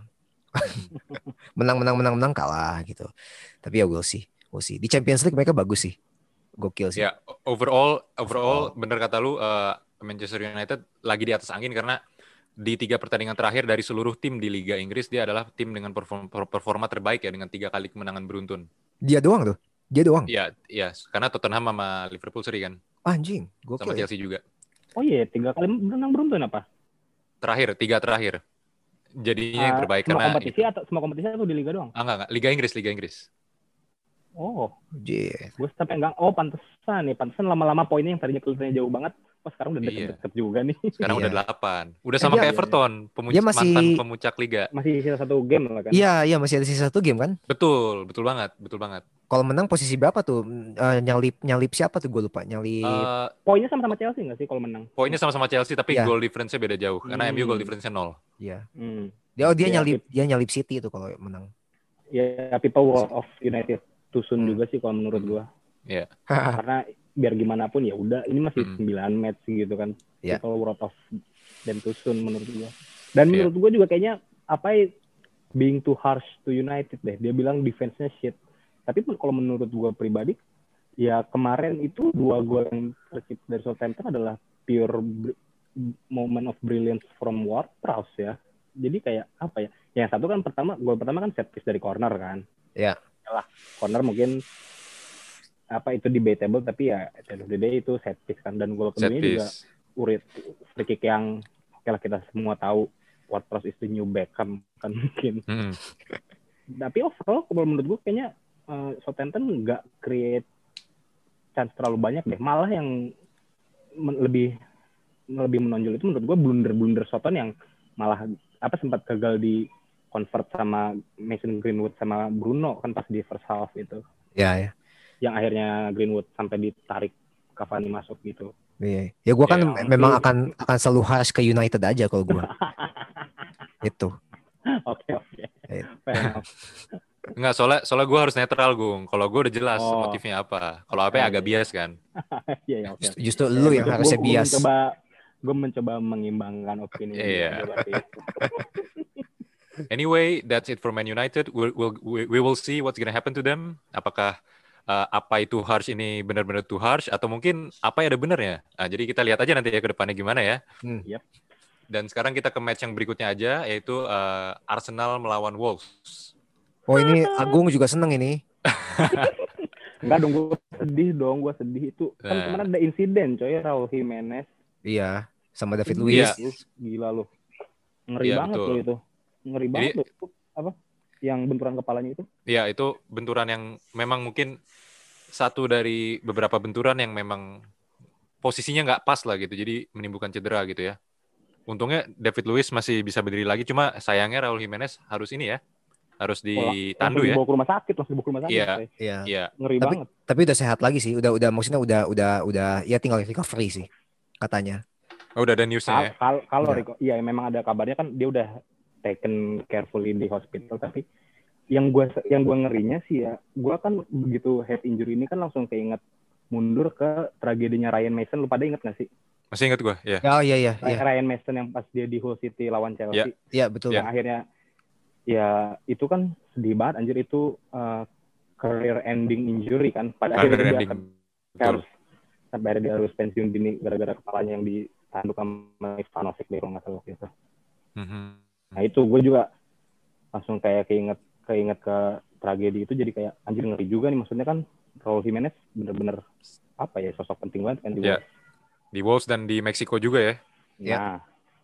S2: Menang menang menang menang kalah gitu. Tapi ya we'll see. We'll see. Di Champions League mereka bagus sih. Gokil sih.
S1: Ya, overall, overall,
S2: Overall.
S1: bener kata lu, uh, Manchester United lagi di atas angin karena di tiga pertandingan terakhir dari seluruh tim di Liga Inggris, dia adalah tim dengan performa, performa terbaik ya, dengan tiga kali kemenangan beruntun.
S2: Dia doang tuh. Dia doang.
S1: Iya, iya, karena Tottenham sama Liverpool seri kan,
S2: Anjing,
S1: sama
S2: gokil ya.
S1: Chelsea juga.
S3: Oh iya, tiga kali menang beruntun apa?
S1: Terakhir, tiga terakhir. Jadinya yang
S3: Uh,
S1: terbaik
S3: semua
S1: karena
S3: kompetisi atau semua kompetisi atau di liga doang?
S1: ah enggak enggak, Liga Inggris, Liga Inggris.
S3: Oh,
S2: Yeah.
S3: gue sampai enggak. Oh, pantesan nih, pantesan lama-lama poinnya yang tadinya kelihatannya jauh banget, oh sekarang udah
S1: Iya.
S3: deket-deket juga nih.
S1: Sekarang
S2: Iya.
S1: udah delapan. Udah
S2: Eh,
S1: sama
S2: dia-
S1: kayak Everton, pemuncak,
S2: dia masih-
S1: mantan pemuncak liga.
S3: Masih sisa satu game lah kan?
S2: Iya, iya masih ada sisa satu game kan.
S1: Betul, betul banget, betul banget.
S2: Kalau menang posisi berapa tuh? Eh, nyalip nyalip siapa tuh gue lupa. Nyalip.
S1: Eh,
S3: Poinnya sama-sama Chelsea nggak sih kalau menang?
S1: poinnya sama-sama Chelsea, tapi
S2: Iya.
S1: goal difference-nya beda jauh. Karena
S3: Hmm.
S1: M U goal difference-nya nol.
S2: Iya.
S3: Hmm.
S2: Dia oh dia
S3: Ya,
S2: nyalip dia nyalip City itu kalau menang.
S3: Ya, people of United too soon
S2: Hmm.
S3: juga sih kalau menurut gua.
S1: Iya.
S3: Karena biar gimana pun ya udah, ini masih
S1: Hmm.
S3: sembilan match gitu kan.
S2: Iya.
S3: People world of them too soon menurut gua. Dan
S1: Iya.
S3: menurut gua juga kayaknya apa ya, being too harsh to United deh. Dia bilang defense-nya shit. Tapi pun kalau menurut gua pribadi, ya kemarin itu dua gol yang tercipta dari Southampton adalah pure br- moment of brilliance from Ward-Prowse ya. Jadi kayak apa ya? Yang satu kan pertama, gol pertama kan set piece dari corner kan.
S2: Iya.
S3: Lah, corner mungkin apa itu debatable tapi ya at the end of the day itu set piece kan, dan gol
S1: Set
S3: keduanya juga
S1: piece.
S3: urit free kick yang oke lah, kita semua tahu Ward-Prowse is the new Beckham kan mungkin.
S1: Hmm.
S3: Tapi overall kalau menurut gue kayaknya uh, Southampton nggak create chance terlalu banyak deh. Malah yang men- lebih lebih menonjol itu menurut gue blunder-blunder Southampton yang malah apa sempat gagal di convert sama Mason Greenwood sama Bruno kan pas di first half itu.
S2: Iya, ya.
S3: Yang akhirnya Greenwood sampai ditarik Cavani masuk gitu.
S2: Iya. Ya gua kan
S1: Iya.
S2: memang akan akan selalu harus ke United aja kalau gua. Itu.
S3: Oke oke.
S2: Iya.
S3: Fair enough.
S1: Enggak, soalnya soalnya gue harus netral, Gung. Kalau gue udah jelas
S3: Oh.
S1: motifnya apa. Kalau apa
S3: Iya,
S1: agak
S3: iya.
S1: bias kan.
S3: Iya ya oke.
S2: Just- Justru lu yang
S3: Gua-
S2: harusnya
S3: gua- gua
S2: bias.
S3: mencoba gue mencoba mengimbangkan opini.
S1: Iya.
S3: gua berarti.
S1: Anyway, that's it for Man United. We'll, we'll, we we will see what's gonna happen to them. Apakah uh, apa itu harsh ini benar-benar too harsh atau mungkin apa ya ada benernya. Nah, jadi kita lihat aja nanti ya ke depannya gimana ya.
S2: Hmm.
S3: Yep.
S1: Dan sekarang kita ke match yang berikutnya aja, yaitu uh, Arsenal melawan Wolves.
S2: Oh ini Agung juga seneng ini.
S3: Enggak dong, gue sedih dong, gue sedih itu. Kan
S1: Nah.
S3: kemarin ada insiden coy, Raul Jimenez.
S2: Iya. Sama David
S3: Iya.
S2: Luiz.
S3: Lu gila lu. Ngeri
S1: Iya,
S3: banget
S1: betul.
S3: loh itu. Ngeri
S1: Jadi-
S3: banget loh. Itu apa? Yang benturan kepalanya itu.
S1: Ya, itu benturan yang memang mungkin satu dari beberapa benturan yang memang posisinya nggak pas lah gitu. Jadi menimbulkan cedera gitu ya. Untungnya David Luiz masih bisa berdiri lagi. Cuma sayangnya Raul Jimenez harus ini ya. Harus ditandu
S3: langsung
S1: ya.
S3: dibawa ke rumah sakit, langsung dibawa ke rumah sakit.
S1: Iya.
S3: coy.
S2: Iya.
S1: Iya.
S3: Ngeri
S2: Tapi-
S3: banget.
S2: Tapi udah sehat lagi sih. Udah udah maksudnya udah udah udah ya tinggal recovery sih katanya.
S1: Oh, udah ada newsnya ya.
S3: Kal- kal- Kalau
S2: Iya.
S3: Rico- iya memang ada kabarnya kan dia udah taken carefully di hospital, tapi yang gua yang gua ngerinya sih ya, gua kan begitu head injury ini kan langsung keinget mundur ke tragedinya Ryan Mason. Lu pada inget nggak sih?
S1: Masih ingat gue? Ya.
S2: Oh iya iya iya.
S3: Ryan Mason yang pas dia di Hull City lawan Chelsea,
S2: Iya betul.
S3: yang akhirnya ya itu kan sedih banget anjir, itu uh, career ending injury kan. Pada
S1: Career
S3: akhirnya dia
S1: ending.
S3: akan
S1: Betul.
S3: harus sampai akhirnya dia harus pensiun dini gara-gara kepalanya yang ditanduk sama Ivanovic deh kalau nggak salah waktu itu.
S1: Mhm.
S3: Nah itu gue juga langsung kayak keinget keinget ke tragedi itu, jadi kayak anjir ngeri juga nih, maksudnya kan Raul Jimenez bener-bener apa ya, sosok penting banget kan di
S1: Iya.
S3: Wolves.
S1: Di Wolves dan di Meksiko juga ya.
S2: Ya.
S3: Nah,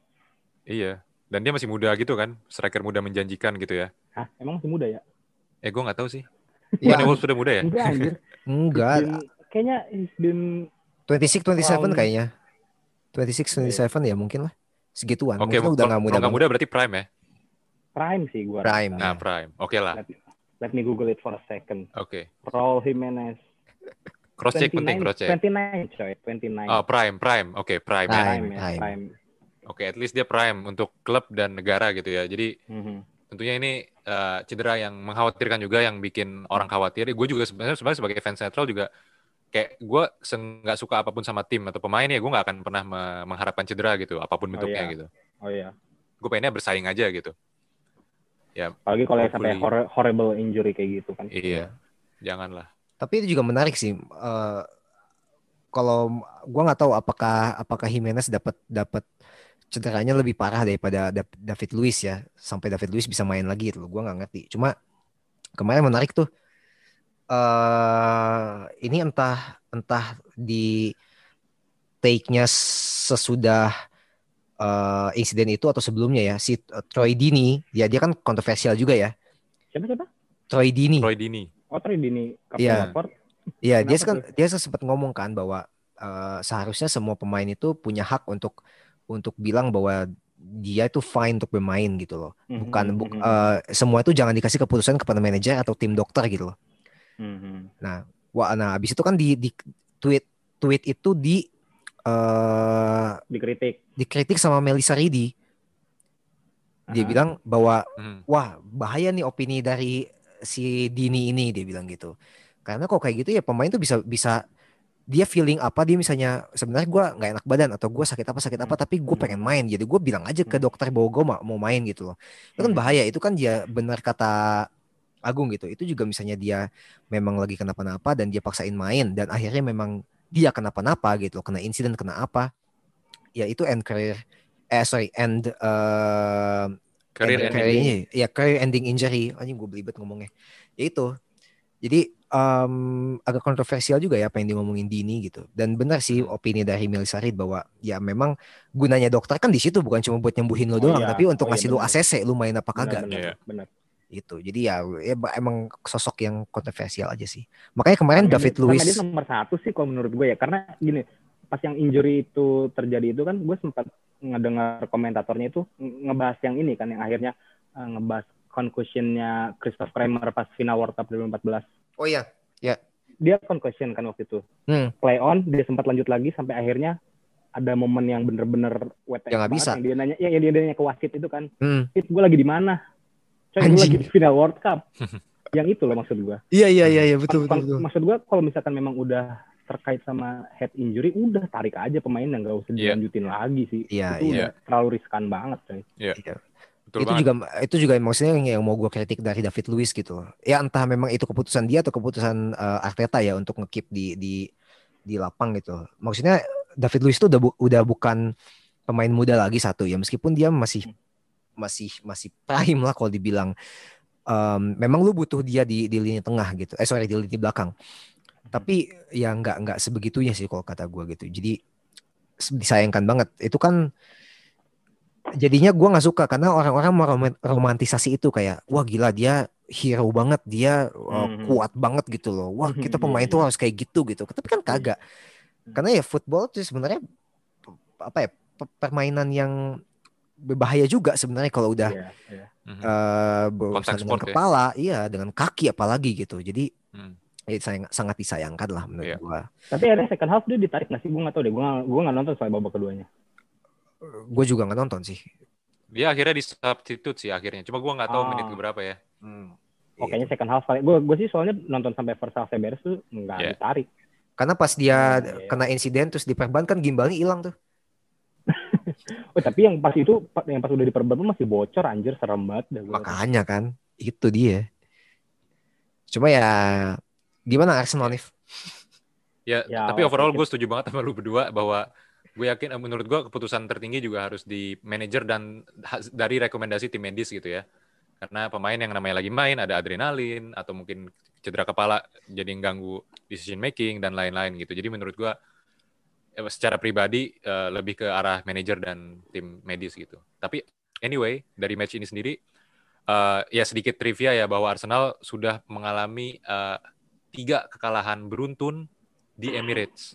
S1: Iya. Dan dia masih muda gitu kan. Striker muda menjanjikan gitu ya.
S3: hah, emang masih muda ya?
S1: Eh, gue nggak tahu sih.
S2: Iya.
S1: Bukannya Wolves sudah muda ya?
S3: Enggak anjir.
S2: Enggak.
S3: He's been- kayaknya he's been
S2: dua puluh enam, dua puluh tujuh
S3: Tahun-
S2: kayaknya. dua puluh enam, dua puluh tujuh ya mungkin lah. Segituan.
S1: Oke,
S2: Mungkin udah nggak muda
S1: kalau nggak
S2: banget.
S1: muda berarti prime ya?
S3: prime sih gue.
S2: Prime.
S1: Nah, prime. Oke lah.
S3: Let, let me Google it for a second.
S1: Oke.
S3: Raul Jimenez.
S1: Cross check penting, cross check.
S3: dua puluh sembilan coy, dua puluh sembilan.
S1: Oh, prime, prime. Oke, prime. ya.
S2: Prime.
S3: prime, ya,
S2: prime.
S3: prime.
S1: Oke, at least dia prime untuk klub dan negara gitu ya. Jadi
S3: Mhm.
S1: tentunya ini uh, cedera yang mengkhawatirkan juga, yang bikin orang khawatir. Gue juga sebenarnya sebenarnya sebagai fans netral juga kayak gue nggak suka apapun sama tim atau pemain ya, gue nggak akan pernah me- mengharapkan cedera gitu, apapun
S3: Oh
S1: bentuknya
S3: iya.
S1: gitu.
S3: Oh iya.
S1: Gue pengennya bersaing aja gitu. Ya,
S3: Apalagi kalau yang sampai
S1: hopefully.
S3: hor- horrible injury kayak gitu kan.
S1: Iya, janganlah.
S2: Tapi itu juga menarik sih. Eh, kalau gua nggak tahu apakah apakah Jimenez dapat dapat cederanya lebih parah daripada Da- David Luiz ya. Sampai David Luiz bisa main lagi gitu. Gua nggak ngerti. Cuma kemarin menarik tuh. Eh ini entah entah di take-nya sesudah eh, insiden itu atau sebelumnya ya. Si eh, Troy Deeney, ya dia kan kontroversial juga ya.
S3: Siapa siapa?
S2: Troy Deeney.
S1: Troy Deeney.
S3: Oh, Troy Deeney, Captain
S2: Iya.
S3: Watford.
S2: Iya, dia
S3: Kenapa
S2: kan
S3: tuh?
S2: dia sempat ngomong kan bahwa eh, seharusnya semua pemain itu punya hak untuk untuk bilang bahwa dia itu fine untuk bermain gitu loh. Bukan
S3: Mhm,
S2: buk,
S3: mhm,
S2: eh, semua itu jangan dikasih keputusan kepada manajer atau tim dokter gitu loh.
S3: mhm.
S2: Nah, wah, nah abis itu kan di, di tweet tweet itu di eh
S3: Dikritik.
S2: dikritik sama Melissa Riddi. Dia
S3: Aha.
S2: bilang bahwa
S1: Hmm.
S2: wah bahaya nih opini dari si Dini ini, dia bilang gitu. Karena kok kayak gitu ya pemain tuh bisa bisa dia feeling apa, dia misalnya sebenarnya gue nggak enak badan atau gue sakit apa sakit apa tapi gue pengen main, jadi gue bilang aja ke dokter bahwa gue mau, mau main gitu loh. Itu kan bahaya, itu kan dia benar kata Agung gitu, itu juga misalnya dia memang lagi kenapa-napa dan dia paksain main dan akhirnya memang dia kenapa-napa gitu, kena insiden kena apa ya, itu end career eh sorry end uh,
S1: Career
S2: end
S1: ending.
S2: career-nya ya, career ending injury. Anjing gue belibet ngomongnya ya itu. Jadi um, agak kontroversial juga ya apa yang dia ngomongin Dini gitu. Dan benar sih
S1: Hmm.
S2: opini dari Melissa Reid bahwa ya memang gunanya dokter kan di situ bukan cuma buat nyembuhin lo
S3: Oh
S2: doang,
S3: iya,
S2: tapi untuk
S3: oh iya,
S2: ngasih lo
S3: benar.
S2: A C C lu main apa
S3: Benar,
S2: kagak
S3: benar,
S2: gitu.
S3: benar.
S2: Itu. Jadi ya, ya emang sosok yang kontroversial aja sih. Makanya kemarin
S3: Sama
S2: David
S3: dia,
S2: Luiz
S3: sama dia nomor satu sih kalau menurut gue ya. Karena gini, pas yang injury itu terjadi itu kan gue sempat ngedengar komentatornya itu ngebahas yang ini kan, yang akhirnya uh, ngebahas concussion-nya Christoph Kramer pas final World Cup dua ribu empat belas.
S2: Oh iya, ya.
S3: Dia concussion kan waktu itu.
S2: Hmm.
S3: Play on, dia sempat lanjut lagi sampai akhirnya ada momen yang bener-bener W T F
S2: Ya nggak
S3: banget,
S2: bisa.
S3: yang dia nanya, ya, yang dia nanya ke wasit itu kan,
S2: Hmm.
S3: It, gue lagi di mana? Coy, gue lagi di final World Cup. Yang itu loh maksud gue.
S2: Iya iya iya iya betul betul, betul.
S3: Maksud gue kalau misalkan memang udah terkait sama head injury, udah tarik aja pemainnya, nggak usah dilanjutin yeah. lagi sih.
S2: Iya,
S3: itu
S2: iya.
S3: udah terlalu riskan banget coy.
S1: Iya.
S2: Iya.
S1: Betul
S2: itu
S1: banget.
S2: juga itu juga maksudnya yang, yang mau gue kritik dari David Luiz gitu. Ya entah memang itu keputusan dia atau keputusan uh, Arteta ya untuk nge-keep di di di lapang gitu. Maksudnya David Luiz itu udah bu, udah bukan pemain muda lagi satu ya, meskipun dia masih masih masih prime lah kalau dibilang. Um, memang lu butuh dia di di lini tengah gitu. Eh sorry di lini belakang. Tapi ya nggak nggak sebegitunya sih kalau kata gue gitu. Jadi disayangkan banget. Itu kan jadinya gue nggak suka karena orang-orang mau romantisasi itu kayak wah gila dia hero banget, dia uh,
S3: Mm-hmm.
S2: kuat banget gitu loh. Wah kita pemain
S3: yeah,
S2: tuh
S3: yeah.
S2: harus kayak gitu gitu. Tapi kan kagak. Karena ya football itu sebenarnya apa ya permainan yang berbahaya juga sebenarnya kalau udah
S3: yeah, yeah.
S2: uh, berurusan dengan kepala, ya. Iya dengan kaki apalagi gitu. Jadi hmm. ya, sayang, sangat disayangkan lah menurut yeah. gue.
S3: Tapi ada second half dia ditarik nggak sih? Gue nggak tahu deh. Gue gue nggak nonton soal babak keduanya.
S2: Gue juga nggak nonton sih.
S1: Dia akhirnya di substitute sih akhirnya. Cuma gue nggak tahu oh. menit keberapa ya.
S3: Hmm. Oh, kayaknya second half. Gue gue sih soalnya nonton sampai first half beres tuh nggak yeah. ditarik.
S2: Karena pas dia yeah, yeah. kena insiden terus diperban kan gimbalnya hilang tuh.
S3: Oh tapi yang pas itu yang pas udah diperban masih bocor anjir, serem banget dah.
S2: Makanya kan itu dia. Cuma ya gimana Arsenal nih?
S1: Ya, ya tapi overall gue setuju banget sama lu berdua bahwa gue yakin menurut gue keputusan tertinggi juga harus di manajer dan dari rekomendasi tim medis gitu ya. Karena pemain yang namanya lagi main ada adrenalin atau mungkin cedera kepala jadi ganggu decision making dan lain-lain gitu. Jadi menurut gue secara pribadi uh, lebih ke arah manajer dan tim medis gitu. Tapi anyway dari match ini sendiri uh, ya sedikit trivia ya bahwa Arsenal sudah mengalami uh, tiga kekalahan beruntun di Emirates.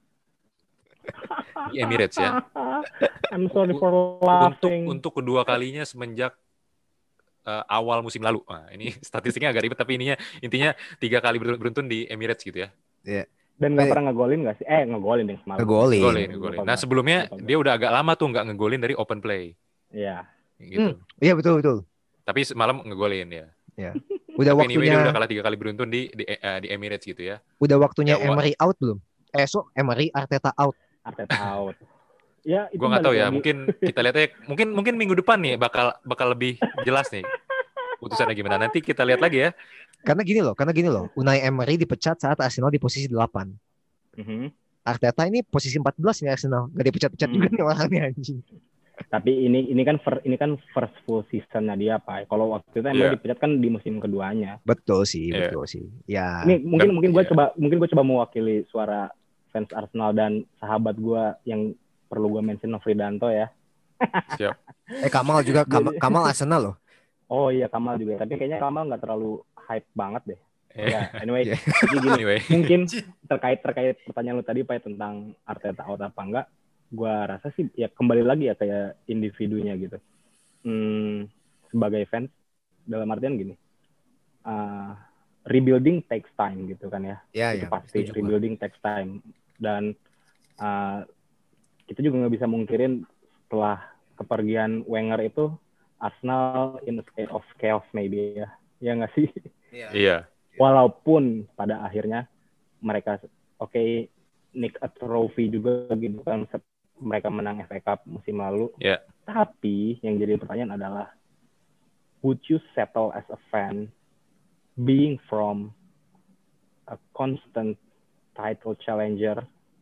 S1: Di Emirates ya.
S3: I'm sorry for laughing.
S1: Untuk untuk kedua kalinya semenjak uh, awal musim lalu. Nah, ini statistiknya agak ribet tapi ininya intinya tiga kali beruntun di Emirates gitu ya.
S2: Iya. Yeah.
S3: Dan nggak pernah ngegolin nggak sih? Eh ngegolin deh semalam.
S2: Ngegolin.
S1: Ngegolin, ngegolin. Nah sebelumnya dia udah agak lama tuh nggak ngegolin dari open play.
S3: Iya.
S1: Gitu.
S2: Iya hmm, betul betul.
S1: Tapi semalam ngegolin ya.
S2: Iya. Udah
S1: Tapi anyway dia
S2: waktunya
S1: udah kalah tiga kali beruntun di di, eh, di Emirates gitu ya.
S2: udah waktunya
S1: Ya, wa-
S2: Emery out belum? Eh, so Emery Arteta out.
S3: Arteta out. Ya itu
S1: Gue nggak
S3: balik
S1: tahu ya,
S3: lagi.
S1: mungkin kita lihatnya mungkin mungkin minggu depan nih bakal bakal lebih jelas nih putusannya gimana. Nanti kita lihat lagi ya.
S2: Karena gini loh, karena gini loh. Unai Emery dipecat saat Arsenal di posisi delapan.
S3: Mhm.
S2: Arteta ini posisi empat belas nih Arsenal. Gak dipecat-pecat
S3: Hmm.
S2: juga nih orangnya anjing.
S3: Tapi ini ini kan fir, ini kan first full seasonnya dia, Pak. Kalau waktu itu Emery
S1: Iya.
S3: dipecat kan di musim keduanya.
S2: Betul sih,
S1: Iya.
S2: betul sih. Ya.
S3: Ini mungkin
S1: Dan-
S3: mungkin gue
S1: iya.
S3: coba mungkin gue coba mewakili suara fans Arsenal dan sahabat gue yang perlu gue mention Novridanto ya.
S1: Siap.
S2: Eh Kamal juga Kamal, Kamal Arsenal loh.
S3: Oh iya Kamal juga. Tapi kayaknya Kamal nggak terlalu hype banget deh. Ya, anyway,
S2: Iya.
S3: jadi gini,
S1: Anyway.
S3: mungkin terkait terkait pertanyaan lu tadi Pak tentang Arteta out apa enggak, gua rasa sih ya kembali lagi ya kayak individunya gitu. Hmm, sebagai fans dalam artian gini, uh, rebuilding takes time gitu kan ya.
S2: Ya,
S3: Itu
S2: ya.
S3: pasti
S2: setuju gua.
S3: rebuilding takes time dan uh, kita juga nggak bisa mungkirin setelah kepergian Wenger itu Arsenal in a state of chaos maybe ya, ya nggak sih?
S1: Iya.
S3: Walaupun pada akhirnya mereka oke okay, nick a trophy juga gitu kan mereka menang F A Cup musim lalu.
S1: Yeah.
S3: Tapi yang jadi pertanyaan adalah would you settle as a fan being from a constant title challenger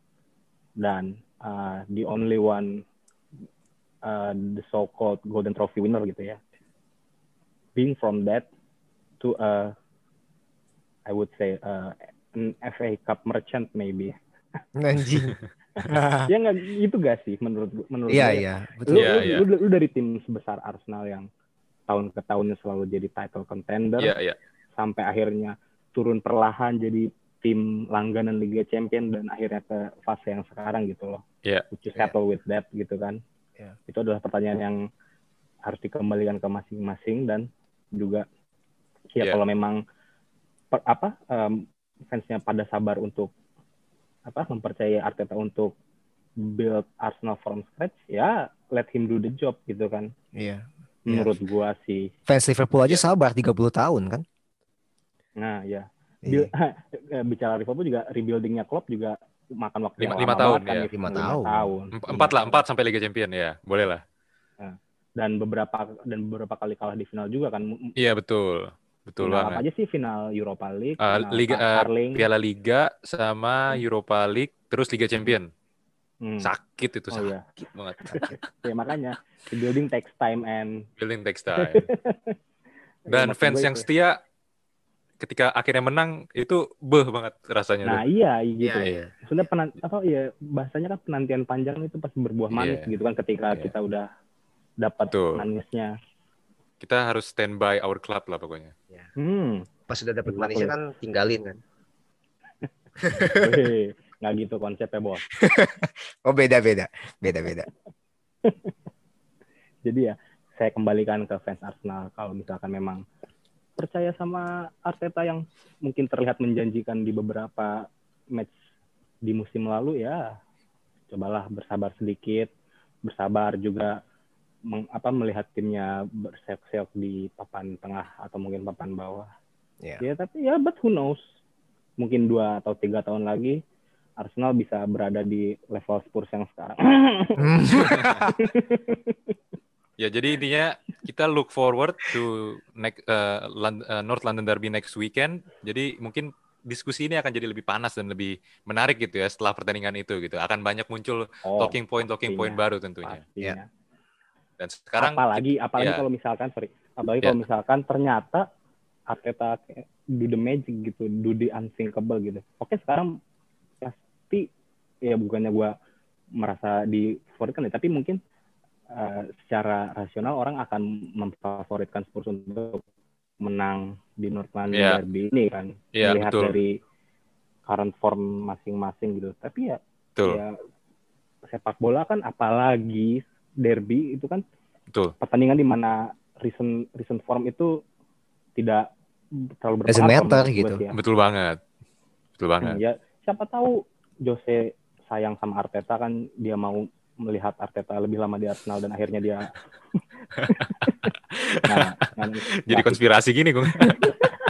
S3: dan uh, the only one uh, the so-called golden trophy winner gitu ya. Being from that to a I would say uh, an F A Cup merchant maybe.
S2: Anjing.
S3: Ya nggak gitu gak sih menurut menurut
S2: Iya,
S3: gue.
S2: iya,
S3: Lu,
S2: betul.
S1: Iya,
S3: lu,
S1: iya.
S3: lu, lu dari tim sebesar Arsenal yang tahun ke tahunnya selalu jadi title contender
S1: Iya, iya.
S3: sampai akhirnya turun perlahan jadi tim langganan Liga Champions dan akhirnya ke fase yang sekarang gitu loh.
S1: Iya.
S3: Would you settle with that gitu kan?
S2: Iya.
S3: Itu adalah pertanyaan yang harus dikembalikan ke masing-masing dan juga ya
S1: Iya.
S3: kalau memang per, apa um, fansnya pada sabar untuk apa mempercayai Arteta untuk build Arsenal from scratch ya let him do the job gitu kan
S2: Iya.
S3: menurut gua sih.
S2: Fans Liverpool aja
S1: Iya.
S2: sabar tiga puluh tahun kan?
S3: Nah ya
S2: Iya.
S3: Bil- bicara Liverpool juga rebuildingnya Klopp juga makan waktu
S1: Lima-
S3: yang
S1: lima
S3: lama
S1: tahun,
S3: banget kan,
S1: ya.
S3: nih.
S2: Lima
S3: Lima
S2: tahun.
S3: tahun
S1: Emp- Empat lah, empat sampai Liga Champion ya, boleh lah.
S3: dan beberapa dan beberapa kali kalah di final juga kan.
S1: Iya betul, betul
S3: Final apa
S1: banget.
S3: aja sih final Europa League,
S1: Uh,
S3: final
S1: Liga, uh,
S3: Carling.
S1: Piala Liga sama Europa League, terus Liga Champion.
S3: Hmm.
S1: Sakit itu,
S3: Oh iya.
S1: sakit banget.
S3: Ya makanya rebuilding takes time and
S1: Building takes time.
S3: Ya,
S1: Dan
S3: maksud
S1: fans
S3: gue
S1: yang
S3: itu.
S1: setia ketika akhirnya menang itu beh banget rasanya
S3: Nah
S1: tuh.
S3: iya gitu.
S2: Iya, iya.
S3: Maksudnya penan apa ya bahasanya kan penantian panjang itu pasti berbuah manis
S1: Iya.
S3: gitu kan ketika
S1: Iya.
S3: kita udah dapat
S1: Betul.
S3: manisnya.
S1: Kita harus stand by our club lah pokoknya.
S3: Hmm.
S2: Pas sudah dapat
S3: Exactly.
S2: manisnya kan tinggalin kan.
S3: Weh, nggak gitu konsepnya bos.
S2: Oh beda beda beda beda.
S3: Jadi ya saya kembalikan ke fans Arsenal kalau misalkan memang percaya sama Arteta yang mungkin terlihat menjanjikan di beberapa match di musim lalu ya cobalah bersabar sedikit, bersabar juga meng, apa melihat timnya berseok-seok di papan tengah atau mungkin papan bawah.
S2: Iya.
S3: Ya tapi ya but who knows, mungkin dua atau tiga tahun lagi Arsenal bisa berada di level Spurs yang sekarang.
S1: Ya jadi intinya kita look forward to next uh, Lon- uh, North London Derby next weekend. Jadi mungkin diskusi ini akan jadi lebih panas dan lebih menarik gitu ya setelah pertandingan itu gitu. Akan banyak muncul
S3: Oh,
S1: talking point talking point
S3: pastinya.
S1: baru tentunya.
S3: Pastinya.
S1: Dan sekarang
S3: apalagi apalagi
S1: ya.
S3: kalau misalkan sorry apalagi
S1: Ya.
S3: kalau misalkan ternyata Arteta kayak do the magic gitu, do the unthinkable gitu. Oke sekarang pasti ya bukannya gue merasa difavoritkan ya, tapi mungkin uh, secara rasional orang akan memfavoritkan Spurs untuk menang di North London
S1: Ya.
S3: Derby ini kan,
S1: Ya,
S3: melihat
S1: betul.
S3: dari current form masing-masing gitu. Tapi ya,
S1: Betul.
S3: ya sepak bola kan apalagi derby itu kan
S1: Betul.
S3: pertandingan di mana recent recent form itu tidak terlalu
S2: Doesn't
S3: berpengaruh
S2: matter
S3: menurut gue
S2: gitu.
S3: sih ya.
S1: Betul banget. Betul banget.
S3: Ya siapa tahu Jose sayang sama Arteta kan dia mau melihat Arteta lebih lama di Arsenal dan akhirnya dia nah, nah,
S1: Jadi
S3: nah,
S1: konspirasi gini gue.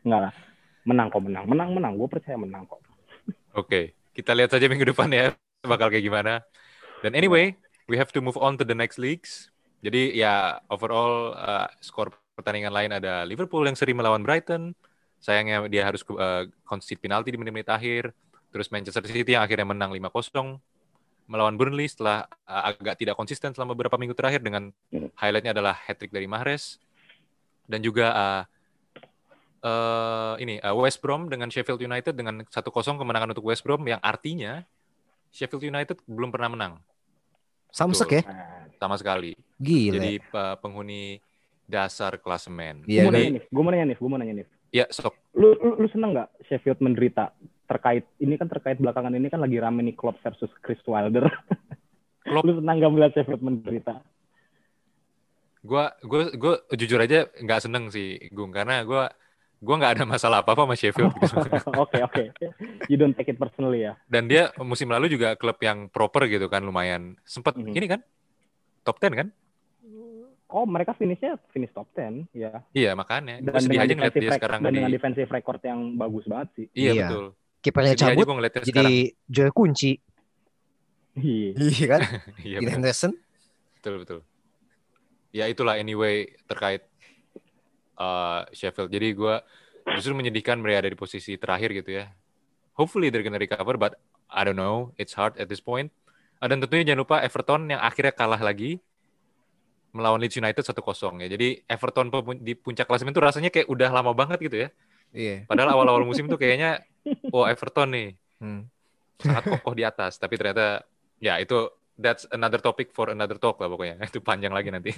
S3: Enggak lah. Menang kok, menang. Menang, menang. Gue percaya menang kok.
S1: Oke, kita lihat saja minggu depan ya bakal kayak gimana. Dan anyway, we have to move on to the next leagues. Jadi ya overall uh, skor pertandingan lain ada Liverpool yang seri melawan Brighton. Sayangnya dia harus uh, concede penalti di menit-menit akhir. Terus Manchester City yang akhirnya menang lima kosong melawan Burnley setelah uh, agak tidak konsisten selama beberapa minggu terakhir, dengan highlightnya adalah hat-trick dari Mahrez. Dan juga uh, uh, ini uh, West Brom dengan Sheffield United dengan satu kosong kemenangan untuk West Brom, yang artinya Sheffield United belum pernah menang.
S2: Samsek ya?
S1: Sama sekali.
S2: Gila.
S1: Jadi uh, penghuni dasar klasemen.
S3: Gue mau nanya nih, gue mau nanya nih, gue mau nanya nih.
S1: Ya, sok.
S3: Lu, lu, lu seneng nggak Sheffield menderita terkait ini kan terkait belakangan ini kan lagi rame nih Klopp versus Chris Wilder. Klopp. Lu senang nggak melihat Sheffield menderita?
S1: Gue gue gue jujur aja nggak seneng sih, Gung, karena gue gue nggak ada masalah apa apa sama Sheffield.
S3: Oke oke. You don't take it personally ya.
S1: Dan dia musim lalu juga klub yang proper gitu kan, lumayan sempat mm-hmm. ini kan top sepuluh kan?
S3: Oh, mereka finishnya finish top sepuluh ya.
S1: Iya, makanya. Gue sedih aja ngeliat dia sekarang
S3: dan
S1: di...
S3: dengan defensive record yang bagus banget sih.
S1: Iya, iya. Betul.
S2: Kipernya cabut, jadi juara kunci. Iya kan?
S1: Iya,
S2: Dean Henderson.
S1: Betul, betul. Ya itulah anyway terkait uh, Sheffield. Jadi gue justru menyedihkan mereka ada di posisi terakhir gitu ya. Hopefully they're gonna recover, but I don't know. It's hard at this point. Dan tentunya jangan lupa Everton yang akhirnya kalah lagi melawan Leeds United satu kosong ya. Jadi Everton di puncak klasemen itu rasanya kayak udah lama banget gitu ya.
S2: Iya.
S1: Padahal awal-awal musim tuh kayaknya oh Everton nih hmm. sangat kokoh di atas. Tapi ternyata ya itu that's another topic for another talk lah pokoknya. Itu panjang lagi nanti.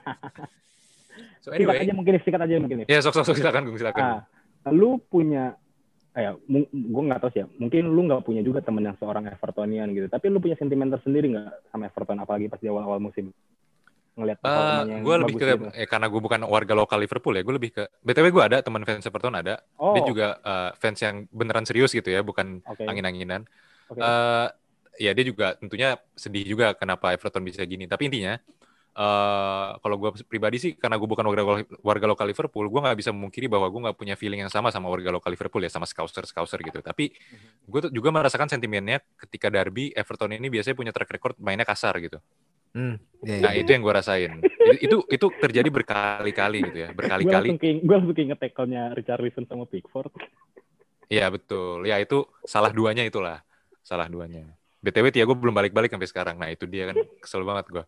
S1: So anyway.
S3: Sikat aja mungkin, sikat aja mungkin.
S1: Ya sok-sok silakan Gung, silakan.
S3: Ah, lu punya eh gue nggak tahu sih ya. Mungkin lu nggak punya juga temen yang seorang Evertonian gitu. Tapi lu punya sentimen tersendiri nggak sama Everton apalagi pas di awal-awal musim? Ngelihat
S1: uh, gue lebih ke gitu. eh, karena gue bukan warga lokal Liverpool ya, gue lebih ke B T W gue ada teman fans Everton ada, oh. Dia juga uh, fans yang beneran serius gitu ya, bukan okay. angin-anginan. Okay. Uh, ya dia juga tentunya sedih juga kenapa Everton bisa gini. Tapi intinya uh, kalau gue pribadi sih karena gue bukan warga warga lokal Liverpool, gue nggak bisa memungkiri bahwa gue nggak punya feeling yang sama sama warga lokal Liverpool ya, sama Scouser-Scouser gitu. Tapi gue tuh juga merasakan sentimennya ketika derby Everton ini biasanya punya track record mainnya kasar gitu.
S2: Hmm, yeah,
S1: nah
S2: yeah.
S1: itu yang gue rasain. itu itu terjadi berkali-kali gitu ya, berkali-kali.
S3: Gue langsung keinget tackle-nya Richarlison sama Pickford.
S1: Iya betul, ya itu salah duanya itulah, salah duanya. B T W Tiago belum balik-balik sampai sekarang. Nah itu dia kan kesel banget gue.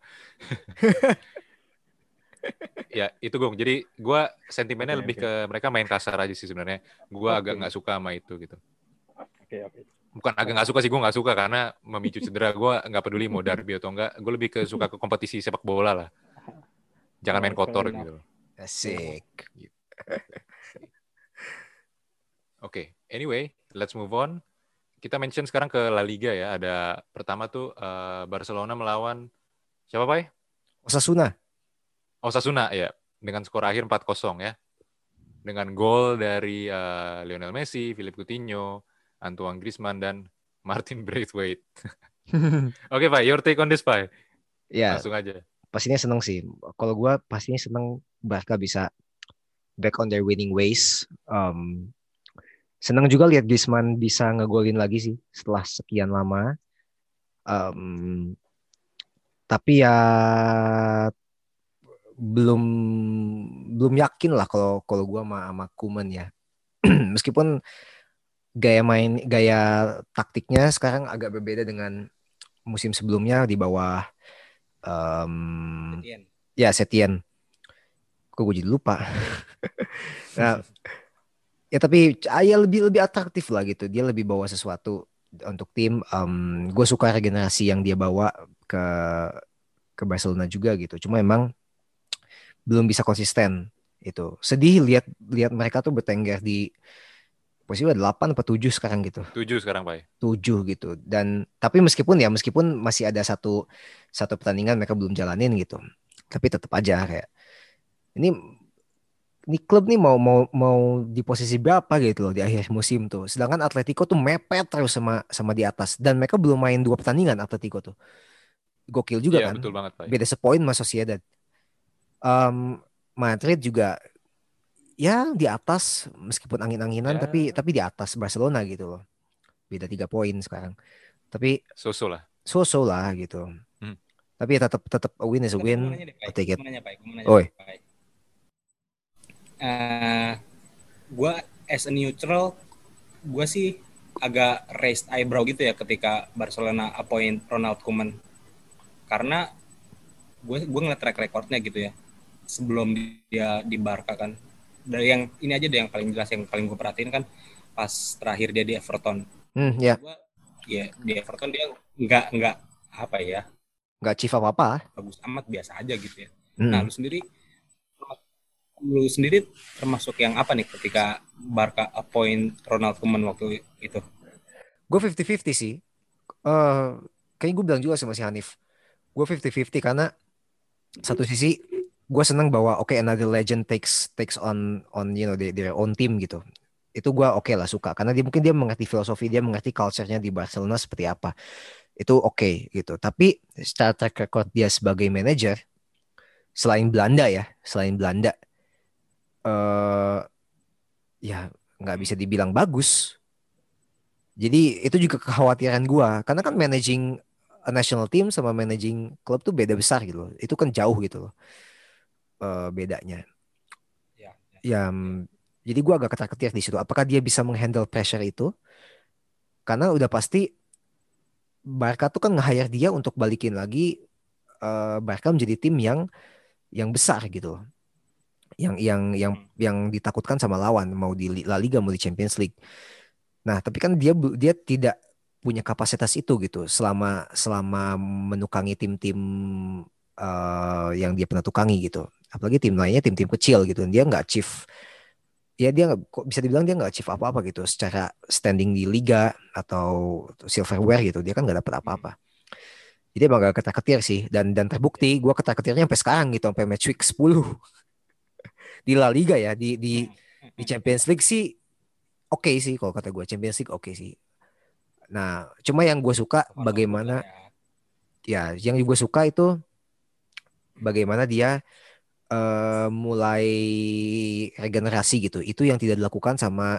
S1: Ya itu gue. Jadi gue sentimennya okay, lebih okay. ke mereka main kasar aja sih sebenarnya. Gue okay. agak nggak suka sama itu gitu.
S3: Oke okay, oke. Okay.
S1: Bukan agak nggak suka sih, gue nggak suka karena memicu cedera. Gue nggak peduli mau derby atau enggak. Gue lebih ke suka ke kompetisi sepak bola lah. Jangan main kotor oh, gitu.
S2: Asik.
S1: Gitu. Oke, okay. Anyway, let's move on. Kita mention sekarang ke La Liga ya. Ada pertama tuh uh, Barcelona melawan siapa Pak?
S2: Osasuna.
S1: Osasuna ya, dengan skor akhir empat kosong ya. Dengan gol dari uh, Lionel Messi, Philippe Coutinho, Antoine Griezmann dan Martin Braithwaite. Oke okay, Pak, your take on this Pak?
S2: Ya,
S1: langsung aja.
S2: Pastinya seneng sih. Kalau gue pastinya seneng Barca bisa back on their winning ways. Um, seneng juga lihat Griezmann bisa ngegolin lagi sih setelah sekian lama. Um, tapi ya belum belum yakin lah kalau kalau gue sama sama Koeman ya. Meskipun gaya main, gaya taktiknya sekarang agak berbeda dengan musim sebelumnya di bawah um, Setien. ya Setien. Kok gue jadi lupa. Nah, ya tapi ya lebih lebih atraktif lah gitu. Dia lebih bawa sesuatu untuk tim. Um, gue suka regenerasi yang dia bawa ke ke Barcelona juga gitu. Cuma emang belum bisa konsisten itu. Sedih lihat lihat mereka tuh bertengger di posisi delapan atau tujuh sekarang gitu.
S1: tujuh sekarang, Pak.
S2: tujuh gitu. Dan tapi meskipun ya meskipun masih ada satu satu pertandingan mereka belum jalanin gitu. Tapi tetap aja kayak ini ini klub nih mau mau mau di posisi berapa gitu loh di akhir musim tuh. Sedangkan Atletico tuh mepet terus sama sama di atas dan mereka belum main dua pertandingan Atletico tuh. Gokil juga
S1: ya,
S2: kan.
S1: Betul banget, Pak.
S2: Beda sepoin sama Sociedad. Um, Madrid juga ya di atas meskipun angin-anginan
S1: Ya,
S2: tapi tapi di atas Barcelona gitu loh. Beda tiga poin sekarang. Tapi
S1: so-so lah.
S2: so-so lah gitu.
S1: Hmm.
S2: Tapi ya tetap tetap a win is a
S4: Tapi gue mau
S2: win.
S4: nanya deh, Pai.
S2: I'll take
S4: Gue
S2: it.
S4: mau nanya, Pai. Gue mau nanya,
S2: Oi.
S4: Pai. Uh, gue as a neutral, gue sih agak raised eyebrow gitu ya ketika Barcelona appoint Ronald Koeman. Karena gue gue ngeliat track recordnya gitu ya sebelum dia di Barca kan. Dari yang ini aja deh yang paling jelas, yang paling gue perhatiin kan pas terakhir dia di Everton.
S2: Hmm, ya.
S4: Gua, ya di Everton dia nggak nggak apa ya,
S2: nggak chief apa apa.
S4: bagus amat, biasa aja gitu ya.
S2: Hmm.
S4: Nah lu sendiri lu sendiri termasuk yang apa nih ketika Barca appoint Ronald Koeman waktu itu?
S2: Gue fifty fifty sih. Uh, kayaknya gue bilang juga sama si Hanif. Gue fifty fifty karena satu sisi gue senang bahwa oke okay, another legend takes takes on on you know their, their own team gitu. Itu gue oke okay lah, suka karena dia mungkin dia mengerti filosofi, dia mengerti culture-nya di Barcelona seperti apa. Itu oke okay, gitu. Tapi secara track record dia sebagai manajer selain Belanda ya, selain Belanda uh, ya nggak bisa dibilang bagus. Jadi itu juga kekhawatiran gue karena kan managing a national team sama managing klub tuh beda besar gitu loh. Itu kan jauh gitu loh uh, bedanya.
S4: Ya, ya,
S2: ya,
S4: ya.
S2: Jadi gue agak ketar-ketir di situ. Apakah dia bisa menghandle pressure itu? Karena udah pasti Barca tuh kan nge-hire dia untuk balikin lagi uh, Barca menjadi tim yang yang besar gitu loh. Yang yang yang yang ditakutkan sama lawan, mau di La Liga mau di Champions League. Nah, tapi kan dia dia tidak punya kapasitas itu gitu selama selama menukangi tim-tim uh, yang dia pernah tukangi gitu. Apalagi tim lainnya tim-tim kecil gitu. Dia nggak chief, ya dia nggak, kok bisa dibilang dia nggak chief apa-apa gitu secara standing di liga atau silverware gitu. Dia kan nggak dapat apa-apa. Jadi emang gak ketar-ketir sih, dan dan terbukti gue ketar-ketirnya sampai sekarang gitu, sampai match week sepuluh di La Liga ya, di di di Champions League sih oke okay sih kalau kata gue, Champions League oke okay sih. Nah, cuma yang gue suka bagaimana ya, yang gue suka itu bagaimana dia uh, mulai regenerasi gitu. Itu yang tidak dilakukan sama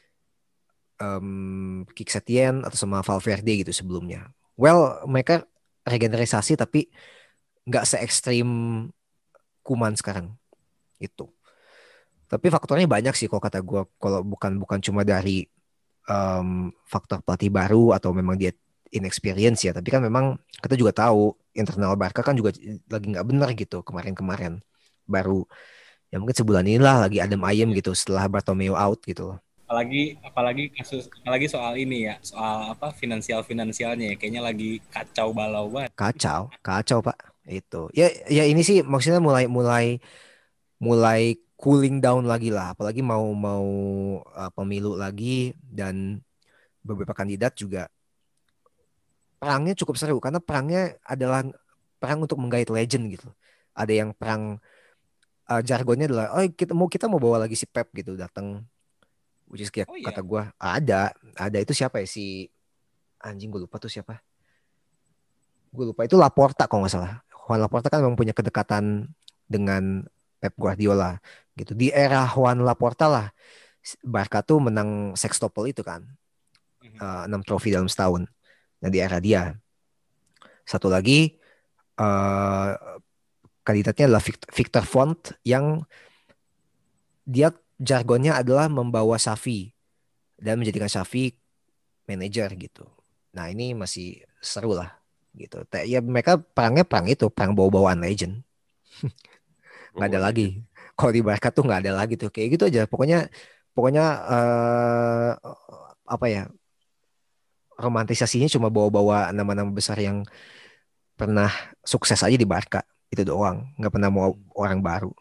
S2: um, Kik Setien atau sama Valverde gitu sebelumnya. Well, mereka regenerasi tapi nggak se ekstrim Koeman sekarang itu. Tapi faktornya banyak sih kalau kata gue. Kalau bukan bukan cuma dari um, faktor pelatih baru atau memang dia inexperience ya. Tapi kan memang kita juga tahu internal Barca kan juga lagi nggak benar gitu kemarin-kemarin. Baru ya mungkin sebulan inilah lagi adem ayem gitu setelah Bartomeu out gitu loh.
S4: Apalagi apalagi kasus apalagi soal ini ya, soal apa finansial finansialnya ya, kayaknya lagi kacau balau banget.
S2: Kacau, kacau Pak. Itu. Ya ya ini sih maksudnya mulai mulai mulai cooling down lagi lah, apalagi mau mau uh, pemilu lagi dan beberapa kandidat juga perangnya cukup seru karena perangnya adalah perang untuk menggait legend gitu. Ada yang perang uh, jargonnya adalah oh kita mau kita mau bawa lagi si Pep gitu datang, which is kayak
S4: Oh, iya?
S2: kata gue ada ada itu siapa ya si anjing gue lupa tuh siapa, gue lupa itu Laporta kalau nggak salah. Juan Laporta kan memang punya kedekatan dengan Pep Guardiola gitu. Di era Juan Laporta lah Barca tuh menang sextuple itu kan, uh, enam trofi dalam setahun. Nah di era dia satu lagi uh, kandidatnya adalah Victor Font yang dia jargonnya adalah membawa Xavi dan menjadikan Xavi manajer gitu. Nah ini masih seru lah gitu. Ya mereka perangnya perang itu, perang bawa-bawaan legend. Nggak ada lagi. Kalau di Barca tuh nggak ada lagi tuh, kayak gitu aja. Pokoknya pokoknya uh, apa ya, romantisasinya cuma bawa-bawa nama-nama besar yang pernah sukses aja di Barca. Itu doang. Nggak pernah mau orang baru.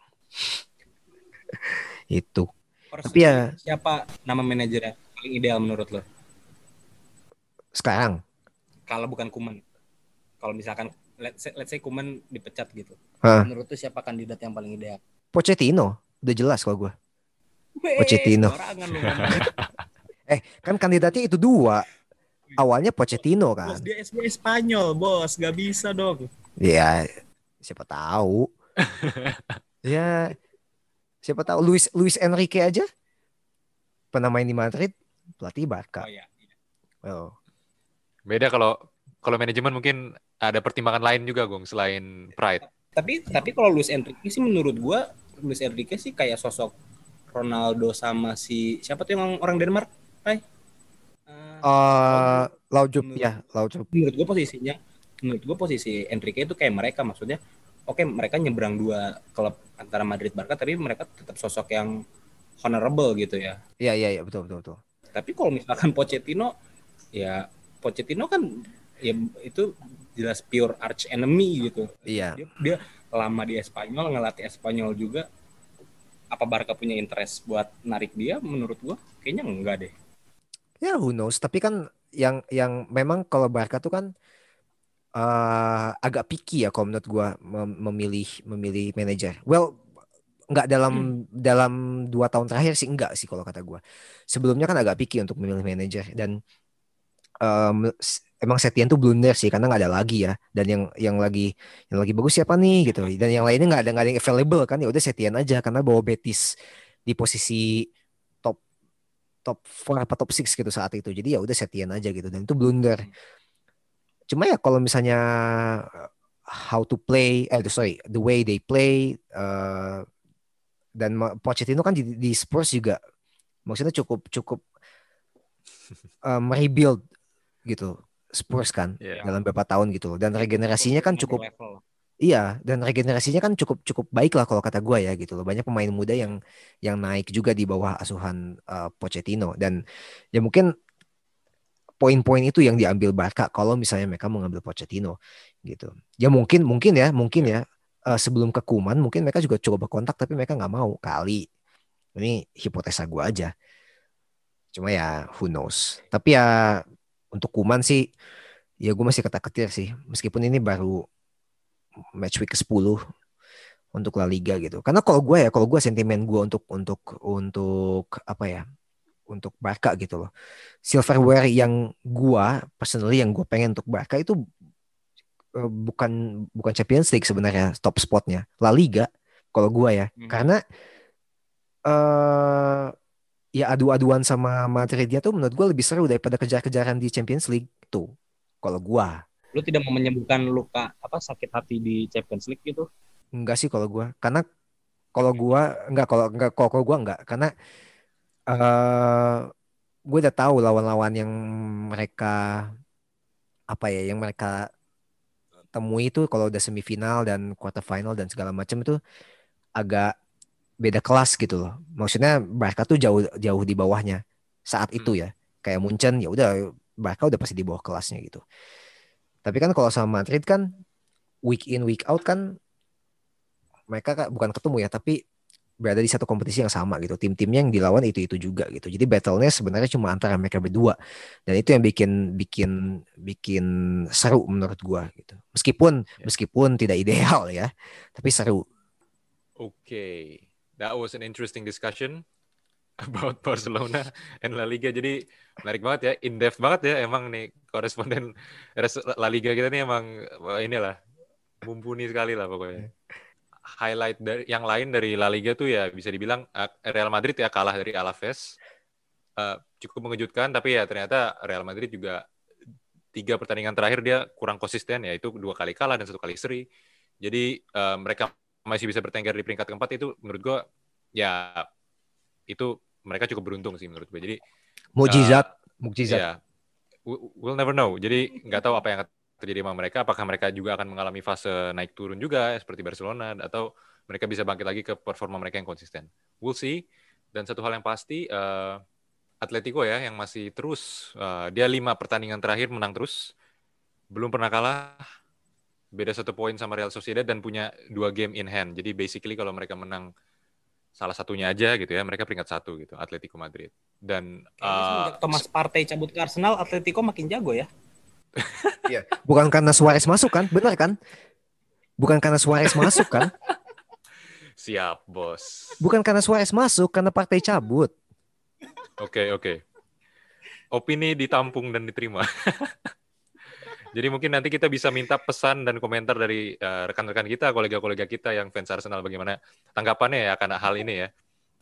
S2: Itu. Tapi ya
S4: siapa nama manajernya paling ideal menurut lo?
S2: Sekarang?
S4: Kalau bukan Koeman. Kalau misalkan let's say, let's say Koeman dipecat gitu.
S2: Hah?
S4: Menurut lo siapa kandidat yang paling ideal?
S2: Pochettino. Udah jelas kalau gue. Pochettino. eh kan kandidatnya itu dua. Awalnya Pochettino kan.
S4: Bos dia S B Spanyol, bos. Gak bisa dong.
S2: Ya, siapa tahu. Ya, Siapa tahu Luis Luis Enrique aja pernah main di Madrid, pelatih Barca.
S4: Oh iya.
S2: Oh.
S1: Beda kalau kalau manajemen mungkin ada pertimbangan lain juga, Gong, selain pride.
S4: Tapi tapi kalau Luis Enrique sih menurut gua Luis Enrique sih kayak sosok Ronaldo sama si siapa tuh yang orang Denmark, Ray?
S2: Uh, Laudrup
S4: menurut,
S2: ya, Laudrup.
S4: Menurut gua posisinya, menurut gua posisi Enrique itu kayak mereka, maksudnya oke mereka nyebrang dua klub antara Madrid Barca, tapi mereka tetap sosok yang honorable gitu ya.
S2: Iya iya iya betul betul betul.
S4: Tapi kalau misalkan Pochettino, ya Pochettino kan ya itu jelas pure arch enemy gitu.
S2: Iya.
S4: Dia, dia lama di Espanyol, ngelatih Espanyol juga. Apa Barca punya interest buat narik dia? Menurut gua kayaknya enggak deh.
S2: Ya who knows. Tapi kan yang yang memang kalau Barca tuh kan uh, agak picky ya kalau menurut gua mem- memilih memilih manajer. Well, nggak dalam hmm. dalam dua tahun terakhir sih enggak sih kalau kata gua. Sebelumnya kan agak picky untuk memilih manajer dan um, emang Setien tuh blunder sih karena nggak ada lagi ya, dan yang yang lagi yang lagi bagus siapa nih gitu, dan yang lainnya nggak ada nggak ada yang available kan, ya udah Setien aja karena bawa Betis di posisi top top empat apa top enam gitu saat itu, jadi ya udah Setien aja gitu, dan itu blunder. Cuma ya kalau misalnya how to play eh sorry the way they play uh, dan Pochettino kan di, di Spurs juga maksudnya cukup cukup um, rebuild gitu Spurs kan yeah. dalam beberapa tahun gitu, dan regenerasinya kan cukup iya dan regenerasinya kan cukup cukup baik lah kalau kata gue ya gitu loh, banyak pemain muda yang yang naik juga di bawah asuhan uh, Pochettino, dan ya mungkin poin-poin itu yang diambil Barca kalau misalnya mereka mengambil Pochettino gitu, ya mungkin mungkin ya mungkin ya uh, sebelum ke Koeman mungkin mereka juga coba berkontak tapi mereka nggak mau kali, ini hipotesa gue aja, cuma ya who knows, tapi ya untuk Koeman sih, ya gue masih ketar-ketir sih. Meskipun ini baru match week ke sepuluh untuk La Liga gitu. Karena kalau gue ya, kalau gue sentimen gue untuk untuk untuk apa ya, untuk Barca gitu loh. Silverware yang gue personally yang gue pengen untuk Barca itu uh, bukan bukan Champions League sebenarnya top spotnya, La Liga kalau gue ya. Hmm. Karena uh, ya adu-aduan sama Madrid dia tuh menurut gue lebih seru daripada kejar-kejaran di Champions League tuh. Kalau gue.
S4: Lu tidak mau menyembuhkan luka apa sakit hati di Champions League gitu?
S2: Enggak sih kalau gue. Karena kalau gue enggak kalau enggak kalau gue enggak karena uh, gue udah tahu lawan-lawan yang mereka apa ya yang mereka temui itu kalau udah semifinal dan quarter final dan segala macam itu agak beda kelas gitu loh. Maksudnya Barca tuh jauh jauh di bawahnya saat itu ya. Kayak Munchen ya udah Barca udah pasti di bawah kelasnya gitu. Tapi kan kalau sama Madrid kan week in week out kan mereka bukan ketemu ya, tapi berada di satu kompetisi yang sama gitu. Tim-timnya yang dilawan itu-itu juga gitu. Jadi battle-nya sebenarnya cuma antara mereka berdua. Dan itu yang bikin bikin bikin seru menurut gua gitu. Meskipun yeah. meskipun tidak ideal ya, tapi seru.
S1: Oke. Okay. That was an interesting discussion about Barcelona and La Liga. Jadi menarik banget ya, in depth banget ya emang nih koresponden La Liga kita nih emang inilah mumpuni sekali lah pokoknya. Highlight dari yang lain dari La Liga tuh ya bisa dibilang Real Madrid ya kalah dari Alaves. Uh, cukup mengejutkan, tapi ya ternyata Real Madrid juga tiga pertandingan terakhir dia kurang konsisten, yaitu dua kali kalah dan satu kali seri. Jadi uh, mereka masih bisa bertengger di peringkat keempat, itu menurut gue ya itu mereka cukup beruntung sih menurut gue. Jadi
S2: mukjizat, uh, mukjizat.
S1: Ya, we'll never know. Jadi nggak tahu apa yang terjadi sama mereka. Apakah mereka juga akan mengalami fase naik turun juga seperti Barcelona, atau mereka bisa bangkit lagi ke performa mereka yang konsisten. We'll see. Dan satu hal yang pasti, uh, Atletico ya yang masih terus uh, dia lima pertandingan terakhir menang terus, belum pernah kalah. Beda satu poin sama Real Sociedad dan punya dua game in hand. Jadi basically kalau mereka menang salah satunya aja gitu ya, mereka peringkat satu gitu, Atletico Madrid. Dan
S4: uh, Thomas Partey cabut ke Arsenal, Atletico makin jago ya.
S2: Iya. Bukan karena Suarez masuk kan, benar kan? Bukan karena Suarez masuk kan?
S1: Siap bos.
S2: Bukan karena Suarez masuk, karena Partey cabut.
S1: Oke okay, oke. Okay. Opini ditampung dan diterima. Jadi mungkin nanti kita bisa minta pesan dan komentar dari uh, rekan-rekan kita, kolega-kolega kita yang fans Arsenal, bagaimana tanggapannya ya akan hal ini ya.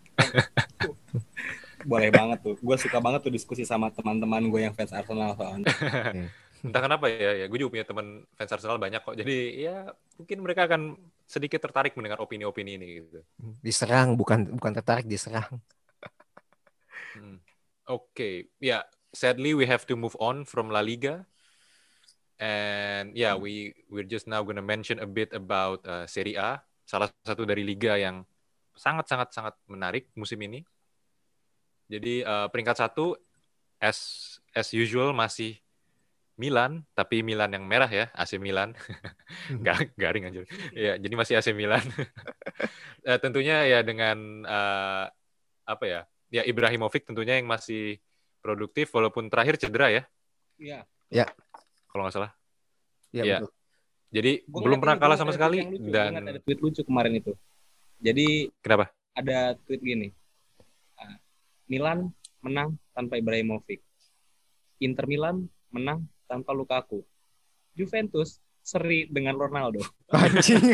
S4: Boleh banget tuh. Gue suka banget tuh diskusi sama teman-teman gue yang fans Arsenal soalnya.
S1: Entah kenapa ya, ya gue juga punya teman fans Arsenal banyak kok. Jadi ya mungkin mereka akan sedikit tertarik mendengar opini-opini ini gitu.
S2: Diserang, bukan bukan tertarik, diserang.
S1: Hmm. Oke, okay. Ya, yeah, sadly we have to move on from La Liga. And yeah, we we're just now gonna mention a bit about uh, Serie A, salah satu dari liga yang sangat-sangat sangat menarik musim ini. Jadi uh, peringkat satu as as usual masih Milan, tapi Milan yang merah ya, A C Milan. Garing aja. Ya, jadi masih A C Milan. uh, tentunya ya dengan uh, apa ya? Ya Ibrahimovic tentunya yang masih produktif walaupun terakhir cedera ya.
S4: Iya.
S2: Ya.
S1: Kalau nggak salah.
S2: Iya,
S1: ya.
S2: betul.
S1: Jadi
S4: gua
S1: belum pernah kalah
S4: gua
S1: sama
S4: ada
S1: sekali
S4: lucu,
S1: dan
S4: ada tweet lucu kemarin itu. Jadi
S1: kenapa?
S4: Ada tweet gini. Milan menang tanpa Ibrahimovic. Inter Milan menang tanpa Lukaku. Juventus seri dengan Ronaldo.
S2: Anjing.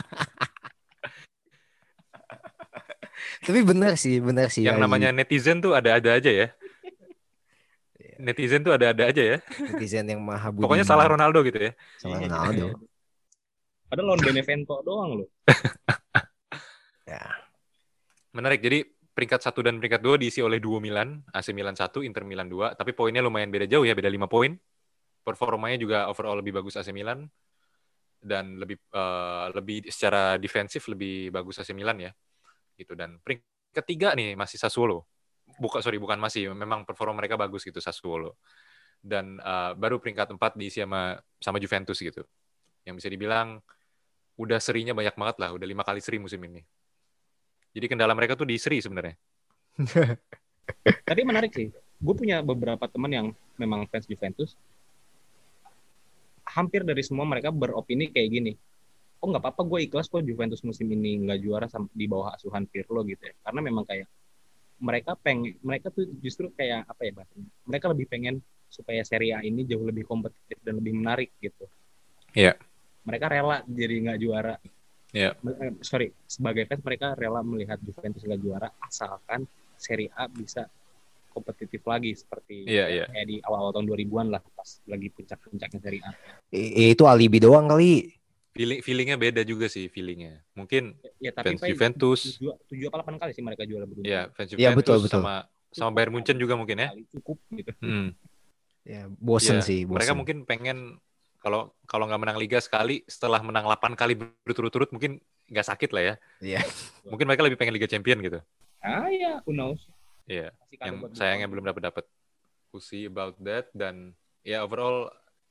S2: Tapi benar sih, benar sih.
S1: Yang
S2: ya,
S1: namanya netizen tuh ada-ada aja ya. Netizen tuh ada-ada aja ya.
S2: Netizen yang maha budiman.
S1: Pokoknya salah Ronaldo gitu ya.
S2: Salah Ronaldo.
S4: Padahal lawan Benevento doang loh.
S2: Ya.
S1: Menarik. Jadi peringkat satu dan peringkat dua diisi oleh duo Milan, A C Milan satu, Inter Milan dua. Tapi poinnya lumayan beda jauh ya, beda lima poin. Performanya juga overall lebih bagus A C Milan. Dan lebih uh, lebih secara defensif lebih bagus A C Milan ya. Gitu. Dan peringkat ketiga nih masih Sassuolo. Bukan sorry bukan masih, memang performa mereka bagus gitu Sassuolo. Dan uh, baru peringkat empat diisi sama sama Juventus gitu. Yang bisa dibilang udah serinya banyak banget lah, udah lima kali seri musim ini. Jadi kendala mereka tuh di seri sebenarnya.
S4: Tapi menarik sih. Gue punya beberapa teman yang memang fans Juventus. Hampir dari semua mereka beropini kayak gini. Oh nggak apa-apa, gue ikhlas kok Juventus musim ini nggak juara di bawah asuhan Pirlo gitu ya. Karena memang kayak mereka pengen, mereka tuh justru kayak apa ya bahasanya? Mereka lebih pengen supaya Serie A ini jauh lebih kompetitif dan lebih menarik gitu.
S1: Iya. Yeah.
S4: Mereka rela jadi nggak juara.
S1: Iya.
S4: Yeah. Sorry, sebagai fans mereka rela melihat Juventus nggak juara asalkan Serie A bisa kompetitif lagi seperti
S1: yeah, yeah.
S4: kayak di awal-awal tahun dua ribuan lah pas lagi puncak-puncaknya Serie A.
S2: E, itu alibi doang kali.
S1: Feeling feelingnya beda juga sih feelingnya. Mungkin
S4: ya, tapi
S1: fans Juventus
S4: tujuh apa delapan kali sih mereka juara beruntun.
S1: Iya, fans Juventus
S2: ya, betul, betul.
S1: sama sama Bayern Munchen juga mungkin ya.
S4: Cukup gitu.
S1: Hmm.
S2: Ya, bosen
S1: ya,
S2: sih, bosen.
S1: Mereka mungkin pengen kalau kalau nggak menang liga sekali, setelah menang delapan kali berturut-turut mungkin nggak sakit lah ya.
S2: Iya.
S1: Mungkin mereka lebih pengen Liga Champion gitu.
S4: Ah ya, who knows.
S1: Iya. Yang sayangnya belum dapat dapat. We'll see about that. Dan ya overall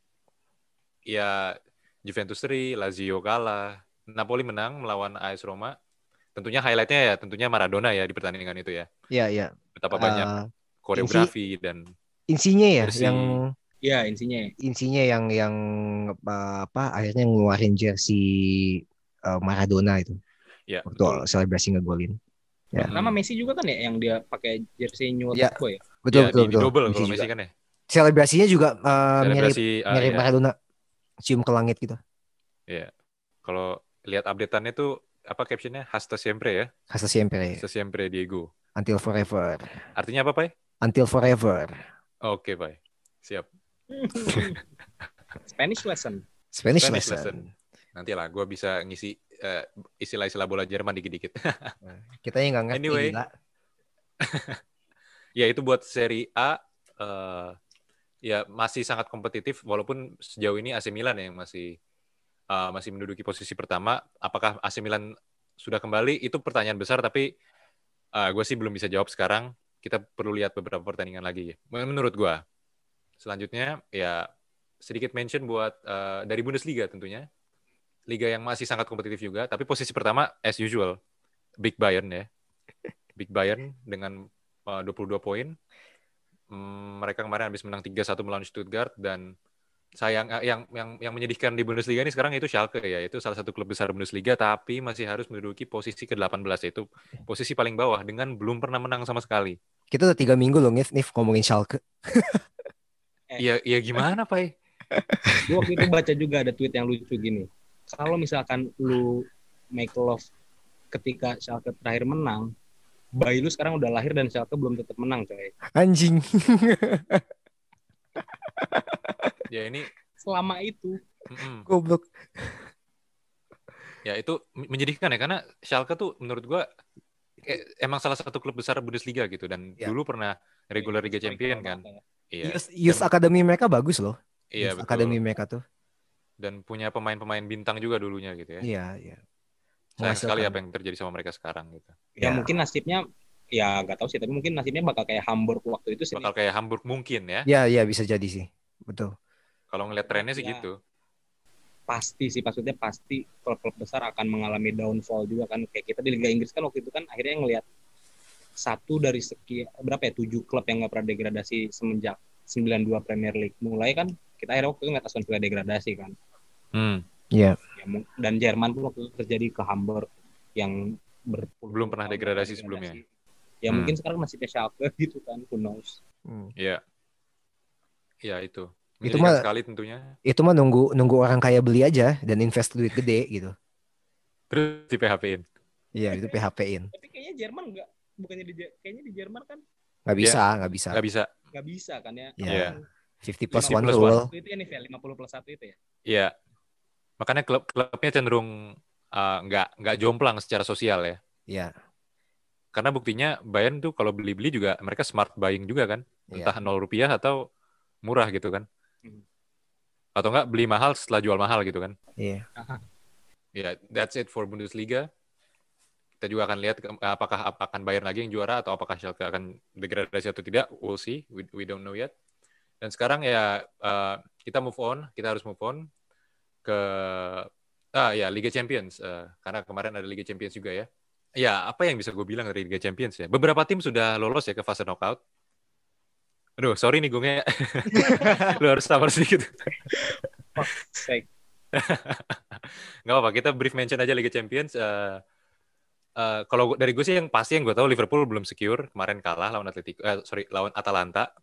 S1: ya Juventus seri, Lazio kalah, Napoli menang melawan A S Roma. Tentunya highlightnya ya tentunya Maradona ya di pertandingan itu ya.
S2: Iya, iya.
S1: Betapa
S2: uh,
S1: banyak koreografi
S2: insi,
S1: dan
S2: insinya ya
S1: jersey.
S2: yang
S4: ya insinya
S2: insinya yang yang apa akhirnya ngeluarin jersey uh, Maradona itu.
S1: Ya,
S2: waktu
S1: betul.
S2: selebrasi ngegolin. Ya.
S4: Nama Messi juga kan ya yang dia pakai jersey New York
S2: ya,
S4: Boy ya.
S2: Betul
S1: ya,
S2: betul
S1: di,
S2: betul.
S1: Di double
S2: Messi
S1: kalau
S2: juga.
S1: Messi kan ya.
S2: Selebrasinya juga uh,
S1: Selebrasi,
S2: mirip mirip
S1: uh,
S2: Maradona, cium ke langit gitu.
S1: Iya. Kalau lihat updateannya tuh apa captionnya? Hasta siempre ya.
S2: Hasta siempre.
S1: Hasta siempre Diego.
S2: Until forever.
S1: Artinya apa, Pai?
S2: Until forever.
S1: Oke, Pai. Siap.
S4: Spanish lesson.
S2: Spanish,
S1: Spanish
S2: lesson.
S1: lesson. Nanti lah, gue bisa ngisi uh, istilah-istilah bola Jerman dikit-dikit.
S2: Kita yang nggak ngerti.
S1: Anyway. Ya itu buat Serie A. Uh, ya masih sangat kompetitif. Walaupun sejauh ini A C Milan yang masih uh, masih menduduki posisi pertama. Apakah A C Milan sudah kembali? Itu pertanyaan besar. Tapi uh, gue sih belum bisa jawab sekarang. Kita perlu lihat beberapa pertandingan lagi. Menurut gue. Selanjutnya ya sedikit mention buat uh, dari Bundesliga tentunya. Liga yang masih sangat kompetitif juga. Tapi posisi pertama as usual. Big Bayern ya. Big Bayern dengan uh, dua puluh dua poin. Hmm, mereka kemarin habis menang tiga satu melawan Stuttgart. Dan sayang uh, yang yang yang menyedihkan di Bundesliga ini sekarang itu Schalke ya. Itu salah satu klub besar Bundesliga. Tapi masih harus menduduki posisi ke delapan belas. Yaitu posisi paling bawah dengan belum pernah menang sama sekali.
S2: Kita udah tiga minggu loh Nif, Nif ngomongin Schalke.
S1: Iya, iya gimana, Pai?
S4: Gue waktu itu baca juga ada tweet yang lucu gini. Kalau misalkan lu make love ketika Schalke terakhir menang, bayi lu sekarang udah lahir dan Schalke belum tetap menang, coy.
S2: Anjing.
S1: Ya ini
S4: Selama itu.
S1: mm-mm.
S2: Goblok.
S1: Ya itu menyedihkan ya karena Schalke tuh menurut gua eh, emang salah satu klub besar Bundesliga gitu dan
S2: Ya.
S1: dulu pernah regular Liga Champion kan. Iya.
S2: Youth, youth
S1: Dan-
S2: Academy mereka bagus loh.
S1: Iya
S2: Youth
S1: betul.
S2: Academy mereka tuh.
S1: Dan punya pemain-pemain bintang juga dulunya gitu ya.
S2: Iya, iya.
S1: Sayang sekali
S2: Menghasilkan.
S1: apa yang terjadi sama mereka sekarang gitu.
S4: Ya,
S2: Ya.
S4: mungkin nasibnya ya nggak tahu sih, tapi mungkin nasibnya bakal kayak Hamburg waktu itu sih.
S1: Bakal kayak Hamburg mungkin ya.
S2: Ya, ya bisa jadi sih. Betul.
S1: Kalau ngeliat trennya sih
S4: Ya.
S1: gitu.
S4: Pasti sih, maksudnya pasti klub-klub besar akan mengalami downfall juga kan. Kayak kita di Liga Inggris kan waktu itu kan akhirnya ngelihat satu dari sekian berapa ya tujuh klub yang nggak pernah degradasi semenjak sembilan puluh dua Premier League mulai kan, kita akhirnya waktu itu nggak Aston Villa degradasi kan.
S1: Hmm.
S2: Iya.
S4: Ya, dan Jerman pun waktu itu terjadi ke Hamburg yang berpuluh
S1: Belum pernah
S4: tahun
S1: degradasi
S4: nggak
S1: sebelumnya.
S4: Ya
S1: Hmm.
S4: mungkin sekarang masih Schalke gitu kan, who knows.
S2: Hmm.
S1: Iya. Iya itu.
S2: Itu
S1: Menyedihkan
S2: mah-
S1: sekali tentunya.
S2: Itu mah nunggu nunggu orang kaya beli aja dan invest duit gede gitu.
S1: Terus di P H P-in.
S2: Iya, itu P H P-in.
S4: Tapi kayaknya Jerman nggak, bukannya di kayaknya di Jerman kan
S2: Nggak bisa, nggak bisa.
S1: Nggak bisa.
S4: nggak bisa kan ya.
S2: Iya.
S1: Iya.
S2: fifty plus
S1: lima
S2: one
S1: plus
S2: rule.
S4: Itu ya nih Vel, lima puluh plus satu itu ya.
S1: Iya. Makanya klub-klubnya cenderung uh, nggak nggak jomplang secara sosial ya.
S2: Iya.
S1: Karena buktinya Bayern tuh kalau beli-beli juga mereka smart buying juga kan.
S2: Iya.
S1: Entah nol rupiah atau murah gitu kan.
S4: Hmm.
S1: Atau enggak beli mahal setelah jual mahal gitu kan.
S2: Iya.
S1: Ya, that's it for Bundesliga. Kita juga akan lihat ke- apakah akan Bayern lagi yang juara atau apakah Schalke akan degradasi atau tidak. We'll see. We, we don't know yet. Dan sekarang ya uh, kita move on. Kita harus move on ke ah ya Liga Champions. Uh, karena kemarin ada Liga Champions juga ya. Ya, apa yang bisa gue bilang dari Liga Champions ya? Beberapa tim sudah lolos ya ke fase knockout. Aduh, sorry nih Gungnya. Lu harus sabar sedikit.
S4: Baik.
S1: Nggak apa-apa, kita brief mention aja Liga Champions. Uh, uh, kalau dari gue sih yang pasti yang gue tahu Liverpool belum secure. Kemarin kalah lawan Atletico, eh, sorry lawan Atalanta.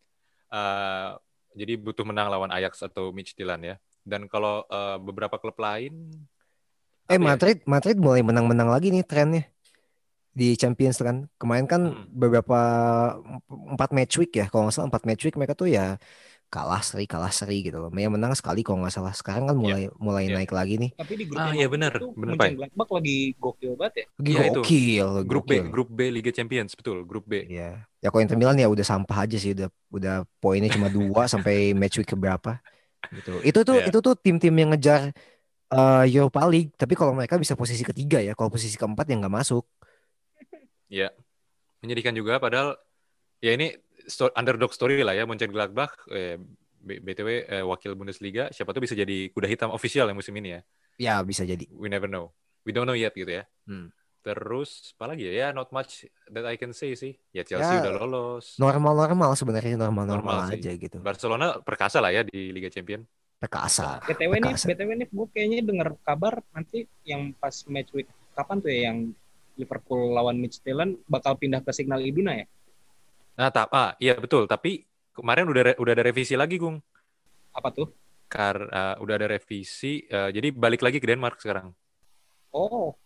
S1: Uh, jadi butuh menang lawan Ajax atau Midtjylland ya. Dan kalau uh, beberapa klub lain,
S2: Eh
S1: apa ya?
S2: Madrid, Madrid mulai menang-menang lagi nih trennya di Champions kan. Kemarin kan
S1: Hmm.
S2: beberapa empat match week ya, kalau nggak salah empat match week mereka tuh ya kalah seri kalah seri gitu loh. Yang menang sekali kalau nggak salah. Sekarang kan mulai mulai
S1: Iya.
S2: naik lagi nih.
S4: Tapi di grup
S1: Ah,
S4: yang
S1: iya
S4: waktu
S1: benar,
S4: itu
S1: benar, Pak.
S4: Mönchengladbach lagi gokil banget ya.
S2: Lagi
S1: Iya, itu.
S2: gokil,
S1: grup B,
S2: gokil.
S1: grup B Liga Champions betul, grup B.
S2: Iya. Ya kalau Inter Milan ya udah sampah aja sih, udah udah poinnya cuma dua sampai match week keberapa gitu. Itu tuh
S1: Iya.
S2: itu tuh tim-tim yang ngejar eh, Europa League, tapi kalau mereka bisa posisi ketiga ya, kalau posisi keempat yang nggak masuk.
S1: Ya, menyedihkan juga. Padahal ya ini sto- underdog story lah ya. Mönchengladbach, eh, B- BTW eh, wakil Bundesliga. Siapa tuh bisa jadi kuda hitam official yang musim ini ya.
S2: Ya bisa jadi.
S1: We never know. We don't know yet gitu ya.
S2: Hmm.
S1: Terus apa lagi ya? Ya not much that I can say sih. Ya Chelsea
S2: Ya,
S1: udah lolos.
S2: Normal-normal sebenarnya normal-normal
S1: Normal sih.
S2: aja gitu.
S1: Barcelona perkasa lah ya di Liga Champion.
S2: Perkasa.
S4: B T W nih,
S2: Perkasa.
S4: B T W nih, gue kayaknya dengar kabar nanti yang pas match week kapan tuh ya yang Liverpool lawan Midtjylland bakal pindah ke Signal Iduna ya?
S1: Nah, tap, ah, iya betul. Tapi kemarin udah re- udah ada revisi lagi, Gung.
S4: Apa tuh?
S1: Karena udah ada revisi. eh, jadi balik lagi ke Denmark sekarang.
S4: Oh,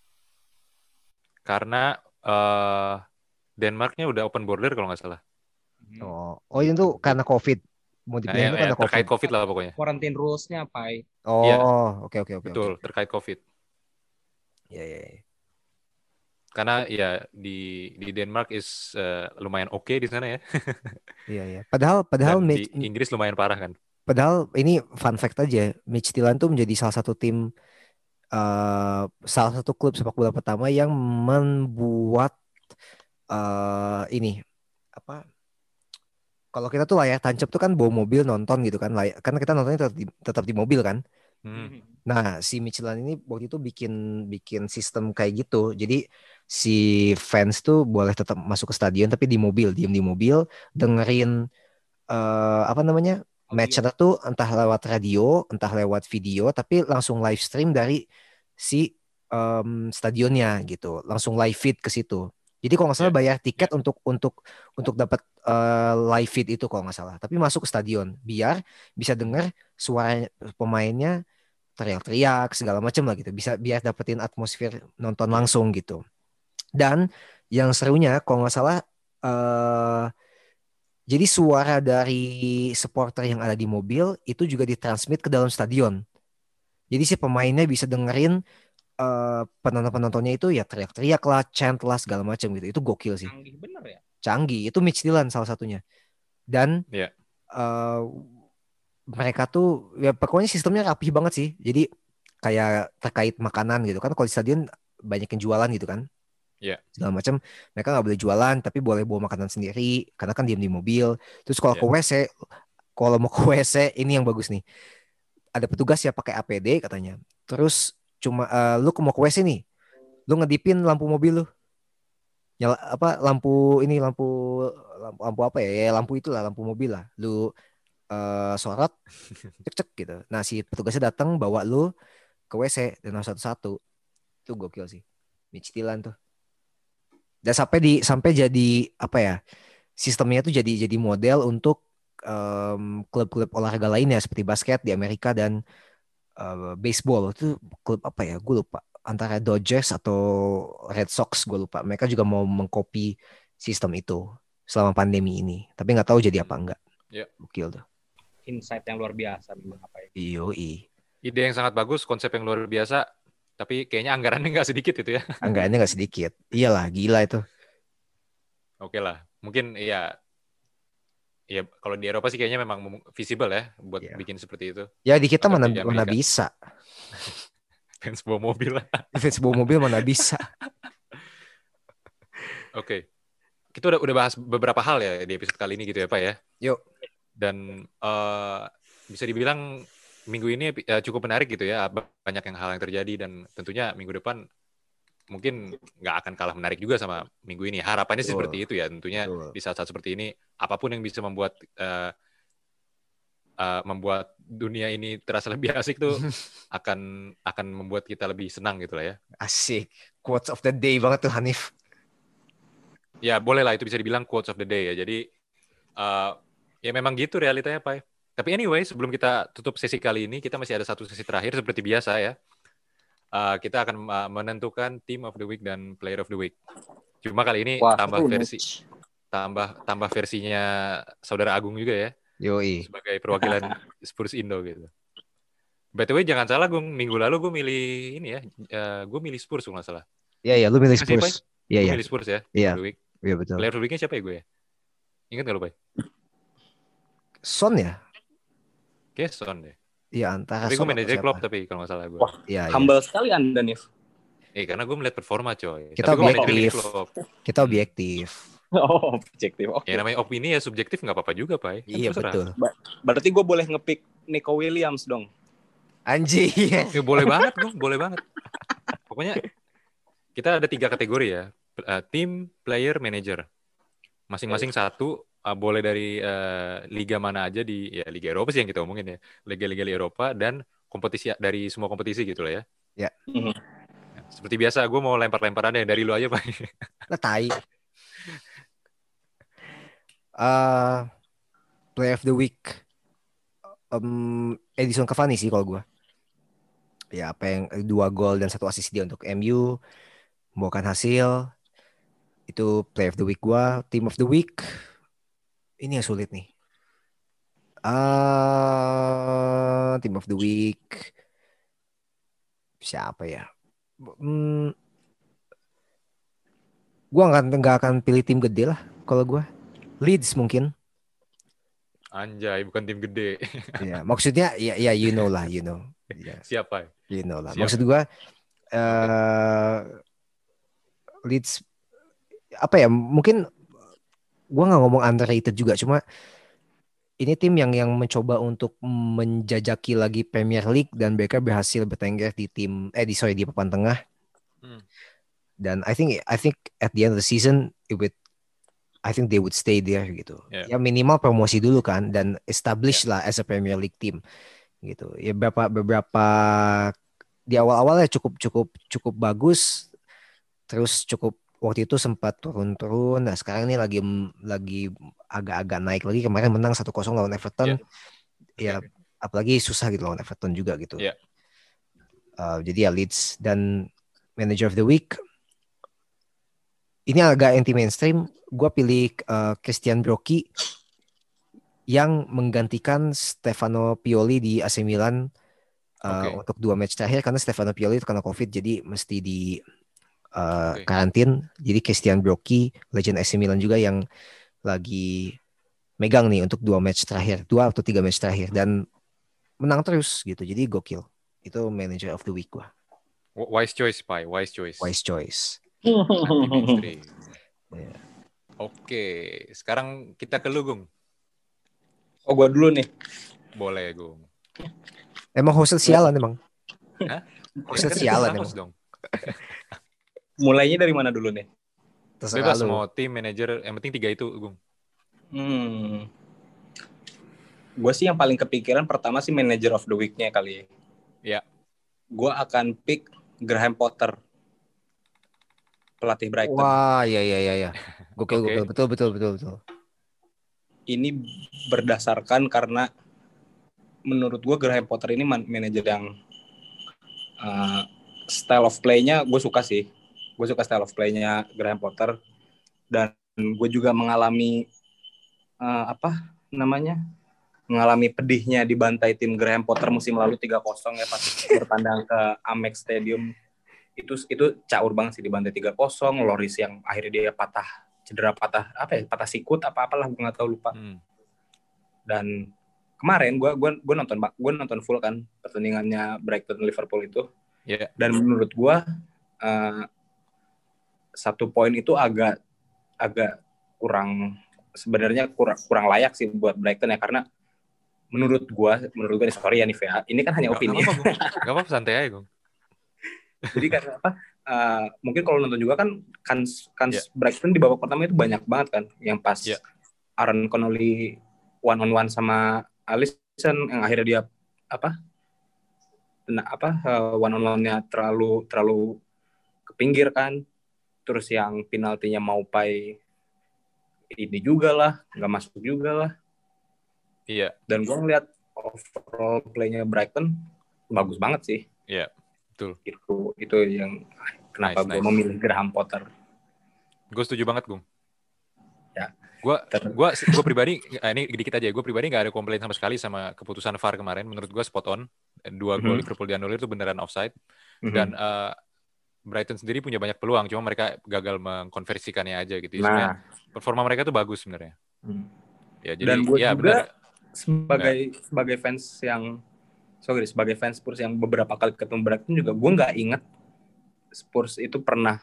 S1: Karena eh Denmarknya udah open border kalau nggak salah.
S2: Oh, oh itu tuh karena COVID. Mau
S1: Nah,
S2: dipindahin
S1: ya,
S2: tuh
S1: ya,
S2: karena COVID.
S1: terkait COVID lah pokoknya.
S4: quarantine rules-nya apa?
S2: Oh,
S1: Iya.
S2: oke oke oke.
S1: Betul,
S2: oke.
S1: terkait COVID.
S2: Iya iya. iya.
S1: Karena ya di di Denmark is eh, lumayan oke di sana ya.
S2: Iya iya. Padahal padahal
S1: Dan di
S2: Mitch-
S1: Inggris lumayan parah kan.
S2: padahal ini fun fact aja, Midtjylland tuh menjadi salah satu tim eh salah satu klub sepak bola pertama yang membuat eh ini apa? Kalau kita tuh layar tancap tuh kan bawa mobil nonton gitu kan, Lay- kan kita nontonnya tetap di, tetap di mobil kan.
S1: Hmm.
S2: Nah, si Midtjylland ini waktu itu bikin bikin sistem kayak gitu. Jadi si fans tuh boleh tetap masuk ke stadion tapi di mobil, diem di mobil, dengerin eh, apa namanya? Match tuh entah lewat radio, entah lewat video, tapi langsung live stream dari si em, stadionnya gitu. Langsung live feed ke situ. Jadi kalau nggak salah
S1: Yeah.
S2: bayar tiket untuk untuk untuk dapat eh, live feed itu kalau nggak salah. Tapi masuk ke stadion biar bisa denger suara pemainnya teriak-teriak segala macam lah gitu, bisa biar dapetin atmosfer nonton langsung gitu. Dan yang serunya kalau nggak salah uh, jadi suara dari supporter yang ada di mobil itu juga ditransmit ke dalam stadion. Jadi si pemainnya bisa dengerin uh, penonton-penontonnya itu ya teriak-teriak lah, chant lah segala macam gitu. Itu gokil sih.
S4: Canggih bener ya.
S2: Canggih. Itu Mitch Dillon salah satunya. Dan
S1: yeah.
S2: uh, mereka tuh ya pokoknya sistemnya rapih banget sih. Jadi kayak terkait makanan gitu kan. Kalau di stadion banyak yang jualan gitu kan.
S1: Yeah.
S2: Segala macam. Mereka nggak boleh jualan tapi boleh bawa makanan sendiri karena kan diam di mobil. Terus kalau yeah. ke W C, kalau mau ke W C ini yang bagus nih. Ada petugas ya pakai A P D katanya. Terus cuma uh, lu mau ke W C nih. Lu ngedipin lampu mobil lu. Nyala apa lampu ini lampu lampu, lampu apa ya? Ya lampu itulah, lampu mobil lah. Lu uh, sorot cek-cek gitu. Nah, si petugasnya datang bawa lu ke W C dan satu-satu. Itu gokil sih. Mitch Dillon tuh. Dan sampai di sampai jadi apa ya? Sistemnya tuh jadi jadi model untuk um, klub-klub olahraga lainnya seperti basket di Amerika dan uh, baseball. Itu klub apa ya? Gue lupa. Antara Dodgers atau Red Sox, gue lupa. Mereka juga mau mengcopy sistem itu selama pandemi ini. Tapi nggak tahu jadi apa enggak.
S1: Ya.
S2: Gokil tuh.
S4: Insight yang luar biasa memang apa ya.
S2: Iyo i.
S1: Ide yang sangat bagus, konsep yang luar biasa. Tapi kayaknya anggarannya nggak sedikit itu ya.
S2: Anggarannya nggak sedikit. Iyalah, gila itu.
S1: Oke lah, mungkin ya. Ya kalau di Eropa sih kayaknya memang visible ya buat yeah. bikin seperti itu.
S2: Ya di kita mana mana bisa.
S1: Fans bawa mobil.
S2: Fans bawa mobil mana bisa.
S1: Oke. Okay. Kita udah udah bahas beberapa hal ya di episode kali ini gitu ya, Pak ya.
S2: Yuk.
S1: Dan uh, bisa dibilang minggu ini uh, cukup menarik gitu ya. Banyak yang hal yang terjadi dan tentunya minggu depan mungkin nggak akan kalah menarik juga sama minggu ini. Harapannya sih seperti itu ya. Tentunya Betul. Di saat-saat seperti ini apapun yang bisa membuat uh, uh, membuat dunia ini terasa lebih asik tuh akan akan membuat kita lebih senang gitu lah ya.
S2: Asik. Quotes of the day banget tuh Hanif.
S1: Ya boleh lah itu bisa dibilang quotes of the day ya. Jadi uh, ya memang gitu realitanya Pak. Tapi anyway sebelum kita tutup sesi kali ini kita masih ada satu sesi terakhir seperti biasa ya. Uh, kita akan uh, menentukan Team of the Week dan Player of the Week. Cuma kali ini Wah, tambah versi much. tambah tambah versinya Saudara Agung juga ya.
S2: Yoi.
S1: Sebagai perwakilan Spurs Indo gitu. By the way jangan salah Gung, minggu lalu gue milih ini ya, uh, gue milih Spurs kalau nggak salah.
S2: Iya iya, lu milih Spurs.
S1: Iya
S2: iya.
S1: Milih Spurs ya.
S2: Iya. Iya betul.
S1: Player of the Week-nya siapa ya gue ya? Ingat nggak lu Pak?
S2: Son ya?
S1: Kayak Son deh.
S2: Iya antara.
S1: Tapi gue manajer klub tapi kalau nggak salah gue.
S4: Wah, ya, humble ya. Sekali Anda Nif.
S1: Eh karena gue melihat performa coy.
S2: Kita
S1: tapi
S2: objektif. Kita objektif.
S4: Oh objektif. Oke.
S1: Okay. Ya namanya opini ya subjektif nggak apa-apa juga Pak. Kan
S2: iya betul.
S4: Ba- berarti gue boleh ngepick Nico Williams dong.
S2: Anjing.
S1: Ya, boleh banget gue, boleh banget. Pokoknya kita ada tiga kategori ya. Uh, team, player, manager. Masing-masing okay. satu. Uh, boleh dari uh, liga mana aja di ya Liga Eropa sih yang kita omongin ya. Liga-liga di Eropa dan kompetisi dari semua kompetisi gitu lah ya.
S2: Ya.
S4: Mm-hmm.
S1: Nah, seperti biasa gue mau lempar-lemparannya dari lu aja Pak.
S2: Lah tai. Uh, Player of the Week um, Edison Cavani sih kalau gue. Ya apa yang dua gol dan satu assist dia untuk M U membawakan hasil. Itu Player of the Week gue. Team of the Week ini yang sulit nih. Uh, team of the week siapa ya? Hmm, gue nggak nggak akan pilih tim gede lah. Kalau gue Leeds mungkin.
S1: Anjay, bukan tim gede.
S2: Ya, maksudnya ya ya you know lah, you know. Ya.
S1: Siapa?
S2: You know lah.
S1: Siapa?
S2: Maksud gue uh, Leeds apa ya? Mungkin gue nggak ngomong underrated juga, cuma ini tim yang yang mencoba untuk menjajaki lagi Premier League dan mereka berhasil bertengger di tim eh di sorry di papan tengah. Hmm. Dan I think I think at the end of the season it would I think they would stay there gitu. Yeah. Ya minimal promosi dulu kan dan establish yeah. lah as a Premier League team gitu. Ya beberapa beberapa di awal-awalnya cukup cukup cukup bagus terus cukup waktu itu sempat turun-turun. Nah, sekarang ini lagi lagi agak-agak naik lagi. Kemarin menang satu kosong lawan Everton. Yeah. Ya, apalagi susah gitu lawan Everton juga gitu.
S1: Iya.
S2: Uh, jadi ya Leeds. Dan Manager of the Week ini agak anti mainstream. Gue pilih uh, Christian Brocchi yang menggantikan Stefano Pioli di A C Milan uh,
S1: Oke.
S2: untuk dua match terakhir karena Stefano Pioli terkena COVID jadi mesti di uh,
S1: Oke.
S2: karantin. Jadi Christian Brocchi, legend A C Milan juga yang lagi megang nih untuk dua match terakhir, dua atau tiga match terakhir dan menang terus gitu. Jadi gokil. Itu Manager of the Week gua.
S1: W- Wise choice, Pai. Wise choice.
S2: Wise choice.
S1: Anti mainstream.
S2: Yeah.
S1: Oke, sekarang kita ke lu, Gung.
S4: Oh, gua dulu nih.
S1: Boleh, Gung.
S2: Emang hostnya sialan emang.
S1: Hah?
S2: Hostnya
S1: Kan
S2: sialan
S1: kita
S2: emang.
S1: host dong.
S4: Mulainya dari mana dulu nih?
S2: Terserah
S1: Bebas
S2: lu.
S1: mau tim, manajer, yang penting tiga itu, Gung.
S4: Hmm. Gue sih yang paling kepikiran pertama sih Manager of the Week-nya kali ya.
S1: Ya.
S4: Gue akan pick Graham Potter, pelatih Brighton.
S2: Wah, ya ya ya ya. Gokil
S1: Oke.
S2: gokil betul betul betul betul.
S4: Ini berdasarkan karena menurut gue Graham Potter ini man- manajer yang uh, style of play-nya gue suka sih. Gue suka style of play-nya Graham Potter dan gue juga mengalami uh, apa namanya? mengalami pedihnya dibantai tim Graham Potter musim lalu tiga kosong ya pas bertandang ke Amex Stadium. Itu itu caur banget sih dibantai tiga kosong. Loris yang akhirnya dia patah cedera patah apa ya patah sikut apa apalah gue nggak tahu lupa.
S1: Hmm.
S4: Dan kemarin gue gue gue nonton gue nonton full kan pertandingannya Brighton Liverpool itu.
S1: Yeah.
S4: Dan menurut gue uh, satu poin itu agak agak kurang sebenarnya kurang kurang layak sih buat Brighton ya karena menurut gua, menurut gua nih sorry ya nih Vea, ini kan hanya
S1: Gak,
S4: opini.
S1: gak apa-apa, Gung. Gak apa-apa, santai aja, Gung.
S4: Jadi karena apa? Uh, mungkin kalau nonton juga kan kans kans
S1: Yeah.
S4: Brighton di babak pertama itu banyak banget kan, yang pas
S1: Yeah.
S4: Aaron Connolly one on one sama Alisson yang akhirnya dia apa? Nah, apa uh, one on one-nya terlalu terlalu ke pinggir kan. Terus yang penaltinya Maupay ini juga lah, nggak masuk juga lah.
S1: Iya.
S4: Dan gue ngeliat overall play-nya Brighton bagus banget sih.
S1: Iya, betul.
S4: Itu itu yang kenapa
S1: Nice,
S4: gue
S1: nice.
S4: memilih Graham Potter.
S1: Gue setuju banget, Gung.
S4: Ya.
S1: Gue
S4: Ter-
S1: gua gue pribadi eh, ini dikit aja. Gue pribadi nggak ada komplain sama sekali sama keputusan V A R kemarin. Menurut gue spot on. Dua gol
S4: Mhm.
S1: Liverpool dianulir itu beneran offside.
S4: Mhm.
S1: Dan uh, Brighton sendiri punya banyak peluang, cuma mereka gagal mengkonversikannya aja gitu.
S4: Nah.
S1: Sebenarnya performa mereka tuh bagus sebenarnya.
S4: Hmm.
S1: Ya, jadi
S4: Dan gue
S1: ya
S4: juga
S1: benar.
S4: sebagai nah. sebagai fans yang sorry sebagai fans Spurs yang beberapa kali ketemu Brighton juga gue nggak ingat Spurs itu pernah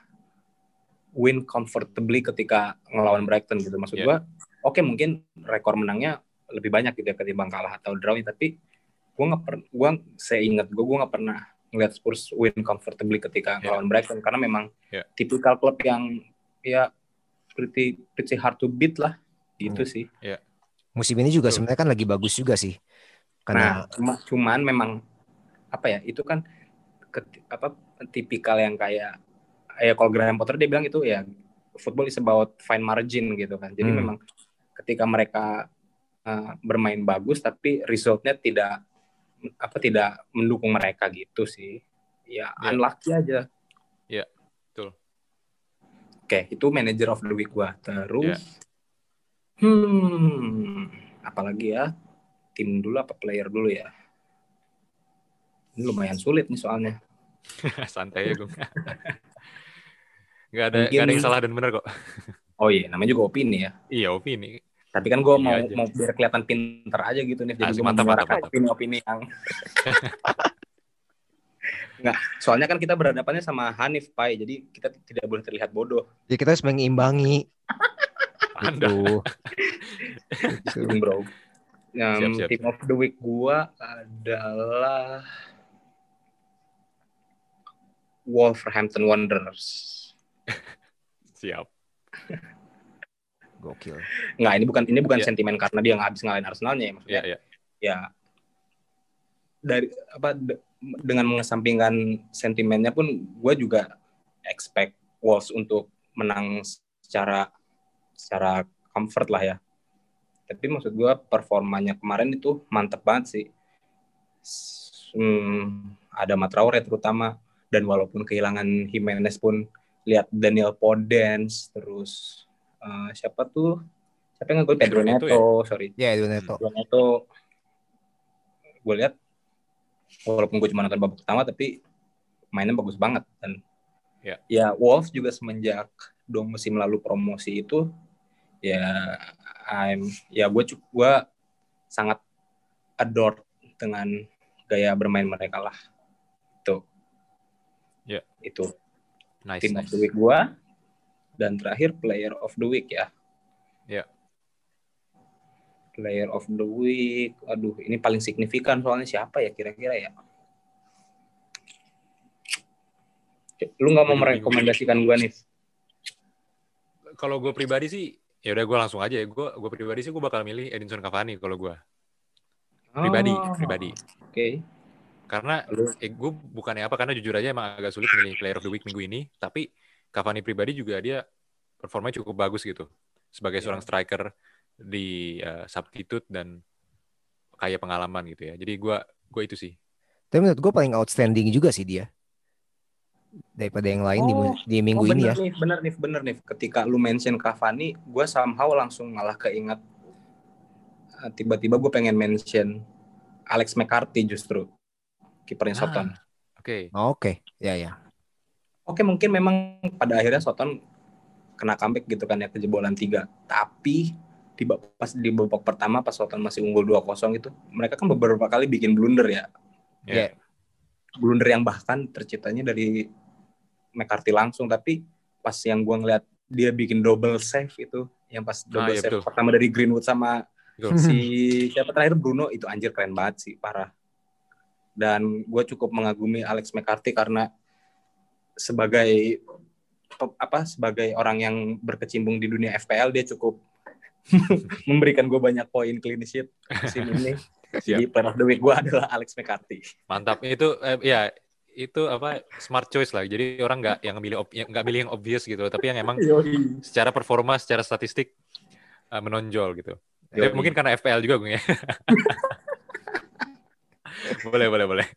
S4: win comfortably ketika ngelawan Brighton gitu. Maksud yeah. gue, oke okay, mungkin rekor menangnya lebih banyak gitu ya ketimbang kalah atau draw, tapi gue nggak pernah, gue seingat gue gue nggak pernah ngeliat Spurs win comfortably ketika yeah. ngelawan Brighton karena memang yeah. tipikal klub yang ya pretty pretty hard to beat lah gitu hmm. sih.
S1: Yeah.
S2: Musim ini juga sebenarnya kan lagi bagus juga sih. Karena
S4: nah, cuma, cuman memang apa ya itu kan ke, apa tipikal yang kayak ya kalau Graham Potter dia bilang itu ya football is about fine margin gitu kan. Jadi hmm. memang ketika mereka uh, bermain bagus tapi resultnya tidak apa tidak mendukung mereka gitu sih. Ya yeah. unlucky aja.
S1: Iya, yeah, betul.
S4: Oke, itu manager of the week gua. Terus yeah. hmm apalagi ya? Tim dulu apa player dulu ya? Ini lumayan sulit nih soalnya.
S1: Santai ya, Gung. Gak ada, Mungkin... gak ada yang salah dan benar kok.
S4: Oh iya, namanya juga opini ya.
S1: Iya, opini.
S4: Tapi kan gue mau, mau biar kelihatan pinter aja gitu nih. Jadi gue menyuarakan opini-opini yang... Nggak, soalnya kan kita berhadapannya sama Hanif, Pai. Jadi kita tidak boleh terlihat bodoh.
S2: Ya kita harus mengimbangi.
S1: Anda.
S4: Gitu, bro. Um, siap, siap, team siap. of the week gue adalah Wolverhampton Wanderers.
S1: Siap.
S2: Gokil.
S4: Nggak, ini bukan ini bukan yeah. sentimen karena dia nggak habis ngalahin Arsenalnya ya maksudnya.
S1: Yeah, yeah.
S4: Ya dari apa de, dengan mengesampingkan sentimennya pun gue juga expect Wolves untuk menang secara secara comfort lah ya. Tapi maksud gue performanya kemarin itu mantep banget sih. Hmm, ada Matraore terutama, dan walaupun kehilangan Jimenez pun lihat Daniel Podence, terus uh, siapa tuh siapa yang ngegol Pedro
S1: Neto,
S4: Neto,
S1: ya?
S4: sorry
S2: Ya, itu Neto.
S4: Pedro Neto, gue lihat walaupun gue cuma nonton babak pertama tapi mainnya bagus banget. Dan
S1: ya,
S4: ya Wolves juga semenjak dua musim lalu promosi itu ya I'm ya gue gue sangat adore dengan gaya bermain mereka lah. Itu
S1: ya,
S4: itu
S1: nice,
S4: team
S1: nice.
S4: of the week gue. Dan terakhir player of the week ya.
S1: Ya.
S4: Player of the week, aduh ini paling signifikan soalnya siapa ya kira-kira ya? Lu nggak mau merekomendasikan gue nih?
S1: Kalau gue pribadi sih, ya udah gue langsung aja ya. Gue gue pribadi sih gue bakal milih Edinson Cavani kalau gue. Pribadi,
S4: Oh,
S1: pribadi.
S4: Oke. Okay.
S1: Karena eh, gue bukannya apa, karena jujur aja emang agak sulit milih player of the week minggu ini. Tapi Cavani pribadi juga dia performanya cukup bagus gitu. Sebagai yeah. seorang striker di uh, substitute dan kaya pengalaman gitu ya. Jadi gue gue itu sih.
S2: Tapi menurut gue paling outstanding juga sih dia daripada yang lain oh, di, di minggu
S4: oh,
S2: ini
S4: bener
S2: ya.
S4: Nih, bener nih, bener nih. Ketika lu mention Cavani, gue somehow langsung malah keinget. Tiba-tiba gue pengen mention Alex McCarthy justru kipernya Soton.
S1: Ah, Oke. Okay.
S2: Oh, Oke, okay. ya ya.
S4: Oke, mungkin memang pada akhirnya Soton kena comeback gitu kan ya, kejebolan tiga. Tapi di pas di babak pertama pas Soton masih unggul dua kosong itu, mereka kan beberapa kali bikin blunder ya.
S1: Iya. Yeah.
S4: Blunder yang bahkan terciptanya dari McCarthy langsung, tapi pas yang gue ngeliat dia bikin double save itu, yang pas double ah, iya, save betul. Pertama dari Greenwood sama betul. Si siapa terakhir Bruno, itu anjir keren banget sih, parah. Dan gue cukup mengagumi Alex McCarthy karena sebagai apa sebagai orang yang berkecimpung di dunia F P L dia cukup memberikan gue banyak poin clean sheet musim ini. Jadi player of the week gue adalah Alex McCarthy.
S1: Mantap. Itu eh, ya itu apa smart choice lah. Jadi orang nggak yang milih nggak milih yang obvious gitu, tapi yang emang Yoi. secara performa, secara statistik uh, menonjol gitu. Tapi mungkin karena F P L juga gue ya. boleh boleh boleh.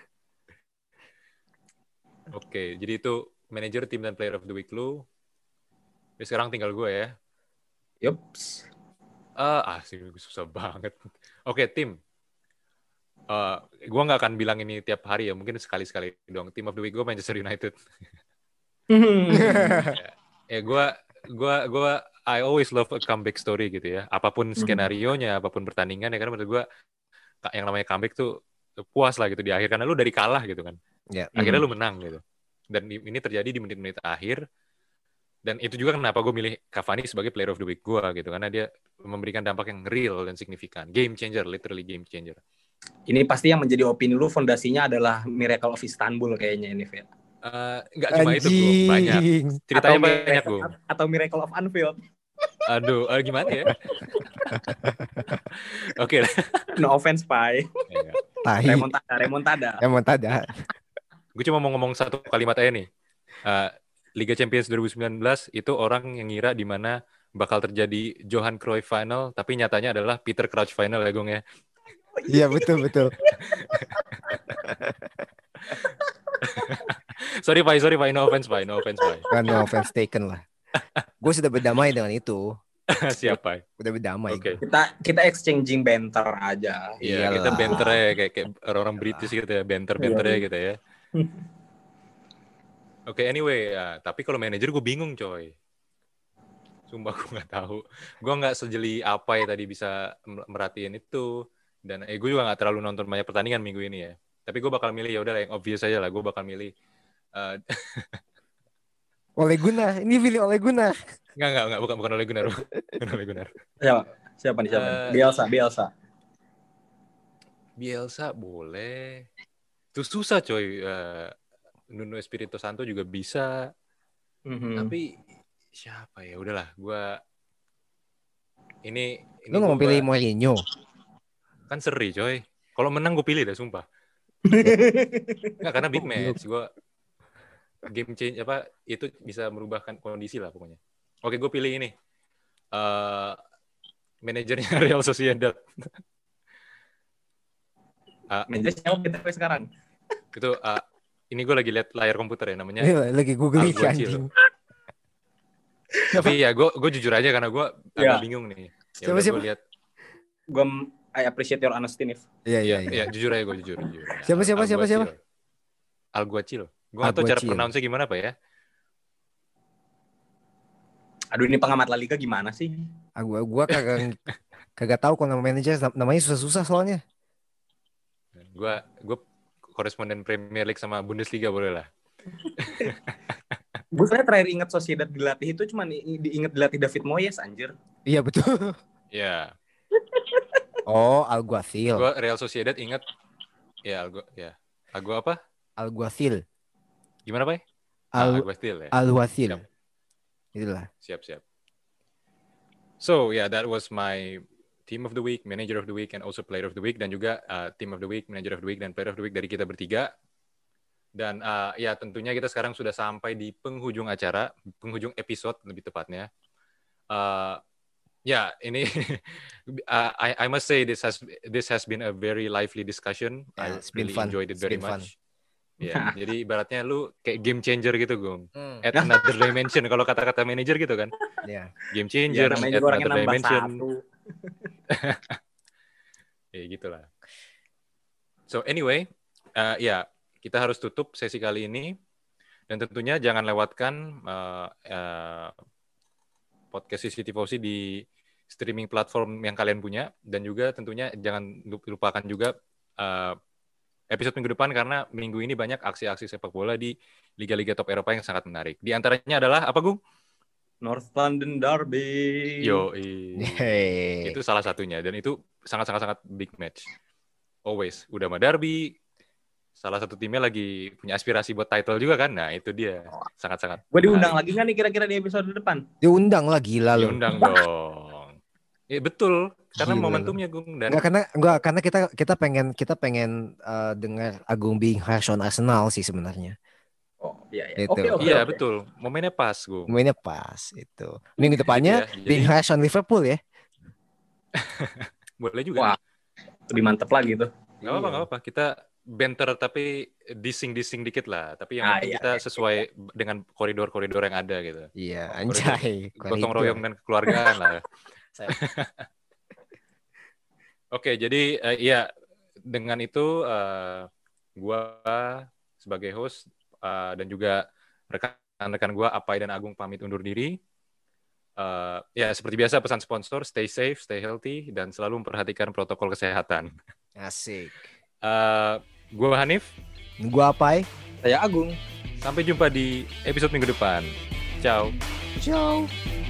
S1: Oke, jadi itu manager, tim, dan player of the week lu. Jadi sekarang tinggal gue ya.
S4: Yups.
S1: Uh, ah, sih susah banget. Oke, tim. Uh, gue nggak akan bilang ini tiap hari ya, mungkin sekali-sekali doang. Team of the week gue Manchester United. ya, ya gue, gue, gue, I always love a comeback story gitu ya. Apapun skenario-nya, apapun pertandingan ya, karena menurut gue yang namanya comeback tuh puas lah gitu di akhir, karena lu dari kalah gitu kan. Yeah. Akhirnya mm. lu menang gitu. Dan ini terjadi di menit-menit akhir. Dan itu juga kenapa gue milih Cavani sebagai player of the week gue gitu, karena dia memberikan dampak yang real dan signifikan. Game changer, literally game changer.
S4: Ini pasti yang menjadi opini lu fondasinya adalah Miracle of Istanbul kayaknya ini, Fit.
S1: Uh, nggak cuma itu, bro. Banyak. Ceritanya atau banyak, bro.
S4: Atau Miracle of Anfield.
S1: Aduh, uh, gimana ya? Oke. Okay.
S4: No offense, Pai. Remontada, remontada.
S2: Remontada.
S1: Gue cuma mau ngomong satu kalimat aja nih. Uh, Liga Champions dua ribu sembilan belas itu orang yang ngira di mana bakal terjadi Johan Cruyff final, tapi nyatanya adalah Peter Crouch final ya, Gong ya.
S2: Iya, betul, betul.
S1: sorry, Pak, sorry, Pak. No offense, Pak. No offense, Pak.
S2: No offense taken lah. Gue sudah berdamai dengan itu.
S1: Siapa?
S2: Udah berdamai.
S4: Okay. Kita kita exchanging banter aja.
S1: Iya, kita banter ya kayak kayak orang British gitu ya, banter-banter ya gitu ya. Oke, okay, anyway, ya, tapi kalau manajer gue bingung, coy. Sumpah gue nggak tahu. Gue nggak sejeli apa ya tadi bisa merhatiin itu. Dan eh, gue juga nggak terlalu nonton banyak pertandingan minggu ini ya. Tapi gue bakal milih ya udah yang obvious aja lah. Gue bakal milih. Uh...
S2: Ole Gunnar, ini pilih Ole Gunnar.
S1: Nggak nggak nggak bukan bukan Ole Gunnar. Bukan Ole Gunnar.
S4: Siapa? Siapa nih siapa? Uh... Bielsa, Bielsa.
S1: Bielsa boleh. Itu susah coy. Uh... Nuno Espirito Santo juga bisa. Mm-hmm. Tapi siapa ya? Udahlah, gue ini. ini
S2: lu nggak mau pilih Mourinho?
S1: Kan seri coy. Kalau menang gue pilih dah, sumpah. Nggak, karena big match. Gue game change apa itu bisa merubahkan kondisi lah pokoknya. Oke, gue pilih ini. Uh, manajernya Real Sociedad. Uh,
S4: Manajer siapa B T W sekarang?
S1: itu uh, ini gue lagi lihat layar komputer ya, namanya
S2: Iya, lagi googling kan.
S1: Alguacil. Tapi ya gue gue jujur aja karena gue
S4: Ya.
S1: agak bingung nih. Ya
S2: Siapa,
S1: udah
S2: siapa?
S1: gue lihat.
S4: Gue I appreciate your honesty, Nif.
S2: Iya, iya,
S1: Ya,
S2: iya.
S1: ya jujur aja gue jujur. jujur.
S2: Siapa, siapa, siapa, siapa?
S1: Alguacil. Gue nggak tahu cara
S2: Alguacil.
S1: pronounce-nya gimana pak ya.
S4: Aduh, ini pengamat La Liga gimana sih?
S2: Ah, gua gua kagak kagak tahu kalau nama manajer namanya susah-susah soalnya.
S1: Gue gue koresponden Premier League sama Bundesliga boleh lah.
S4: Gue sebenarnya terakhir ingat Sociedad dilatih itu cuma diingat dilatih David Moyes, anjir.
S2: Iya betul.
S1: Ya.
S2: Oh, Alguacil.
S1: Gue Real Sociedad ingat. Ya Algo ya. Algo apa?
S2: Alguacil.
S1: Gimana pak?
S2: Al
S1: Ah, Alguacil ya.
S2: Alguacil.
S1: Siap.
S2: Itulah.
S1: Siap siap. So yeah, that was my team of the week, manager of the week, and also player of the week, dan juga uh, team of the week, manager of the week, dan player of the week dari kita bertiga. Dan uh, ya tentunya kita sekarang sudah sampai di penghujung acara, penghujung episode lebih tepatnya. Uh, ya yeah, ini uh, I, I must say this has this has been a very lively discussion.
S2: Yeah,
S1: I
S2: it's been
S1: really
S2: fun.
S1: enjoyed it
S2: It's
S1: very
S2: been fun.
S1: much. Ya, jadi ibaratnya lu kayak game changer gitu, Gung.
S2: Hmm.
S1: At another dimension kalau kata-kata manager gitu kan.
S2: Ya.
S1: Game
S4: Ya,
S1: changer,
S4: namanya
S1: at
S4: juga orangnya
S1: another
S4: nambah
S1: dimension.
S4: satu.
S1: Ya gitulah. So anyway, uh, ya kita harus tutup sesi kali ini, dan tentunya jangan lewatkan uh, uh, podcast C C T V O C di streaming platform yang kalian punya, dan juga tentunya jangan lupakan juga uh, episode minggu depan, karena minggu ini banyak aksi-aksi sepak bola di liga-liga top Eropa yang sangat menarik. Di antaranya adalah apa, Gung?
S4: North London Derby.
S1: Yo,
S2: Hey.
S1: itu salah satunya, dan itu sangat-sangat-sangat big match. Always, udah mah derby. Salah satu timnya lagi punya aspirasi buat title juga kan? Nah, itu dia. Sangat-sangat.
S4: Gue diundang lagi nggak nih kira-kira di episode depan?
S2: Diundang lah gila lu.
S1: Diundang dong. Ya betul, karena
S2: Gila
S1: momentumnya, Gung. Dan
S2: Enggak, karena enggak karena kita kita pengen kita pengen uh, dengar Agung being harsh on Arsenal sih sebenarnya.
S4: Oh iya iya.
S2: Itu.
S4: Oke oke.
S1: iya,
S4: oke.
S1: betul. Momennya pas, Gung.
S2: Mainnya pas itu. Minggu depannya
S1: Gitu ya, jadi-
S2: being harsh on Liverpool ya.
S1: Boleh juga.
S4: Wah. Lebih mantep lagi tuh.
S1: Gak apa-apa, gak apa-apa. Kita banter tapi dissing-dissing dikit lah. Tapi yang
S4: Ah,
S1: penting
S4: iya,
S1: kita
S4: iya.
S1: sesuai dengan koridor-koridor yang ada gitu.
S2: Iya,
S1: Oh,
S2: anjay.
S1: Gotong
S2: Koridor.
S1: royong dan kekeluargaan lah. Oke, jadi uh, iya, dengan itu uh, gua sebagai host uh, dan juga rekan-rekan gua Apai dan Agung pamit undur diri. Uh, ya seperti biasa pesan sponsor, stay safe, stay healthy, dan selalu memperhatikan protokol kesehatan.
S2: Asik.
S1: Uh, gua Hanif.
S2: Gua Apai.
S4: Saya Agung.
S1: Sampai jumpa di episode minggu depan. Ciao.
S2: Ciao.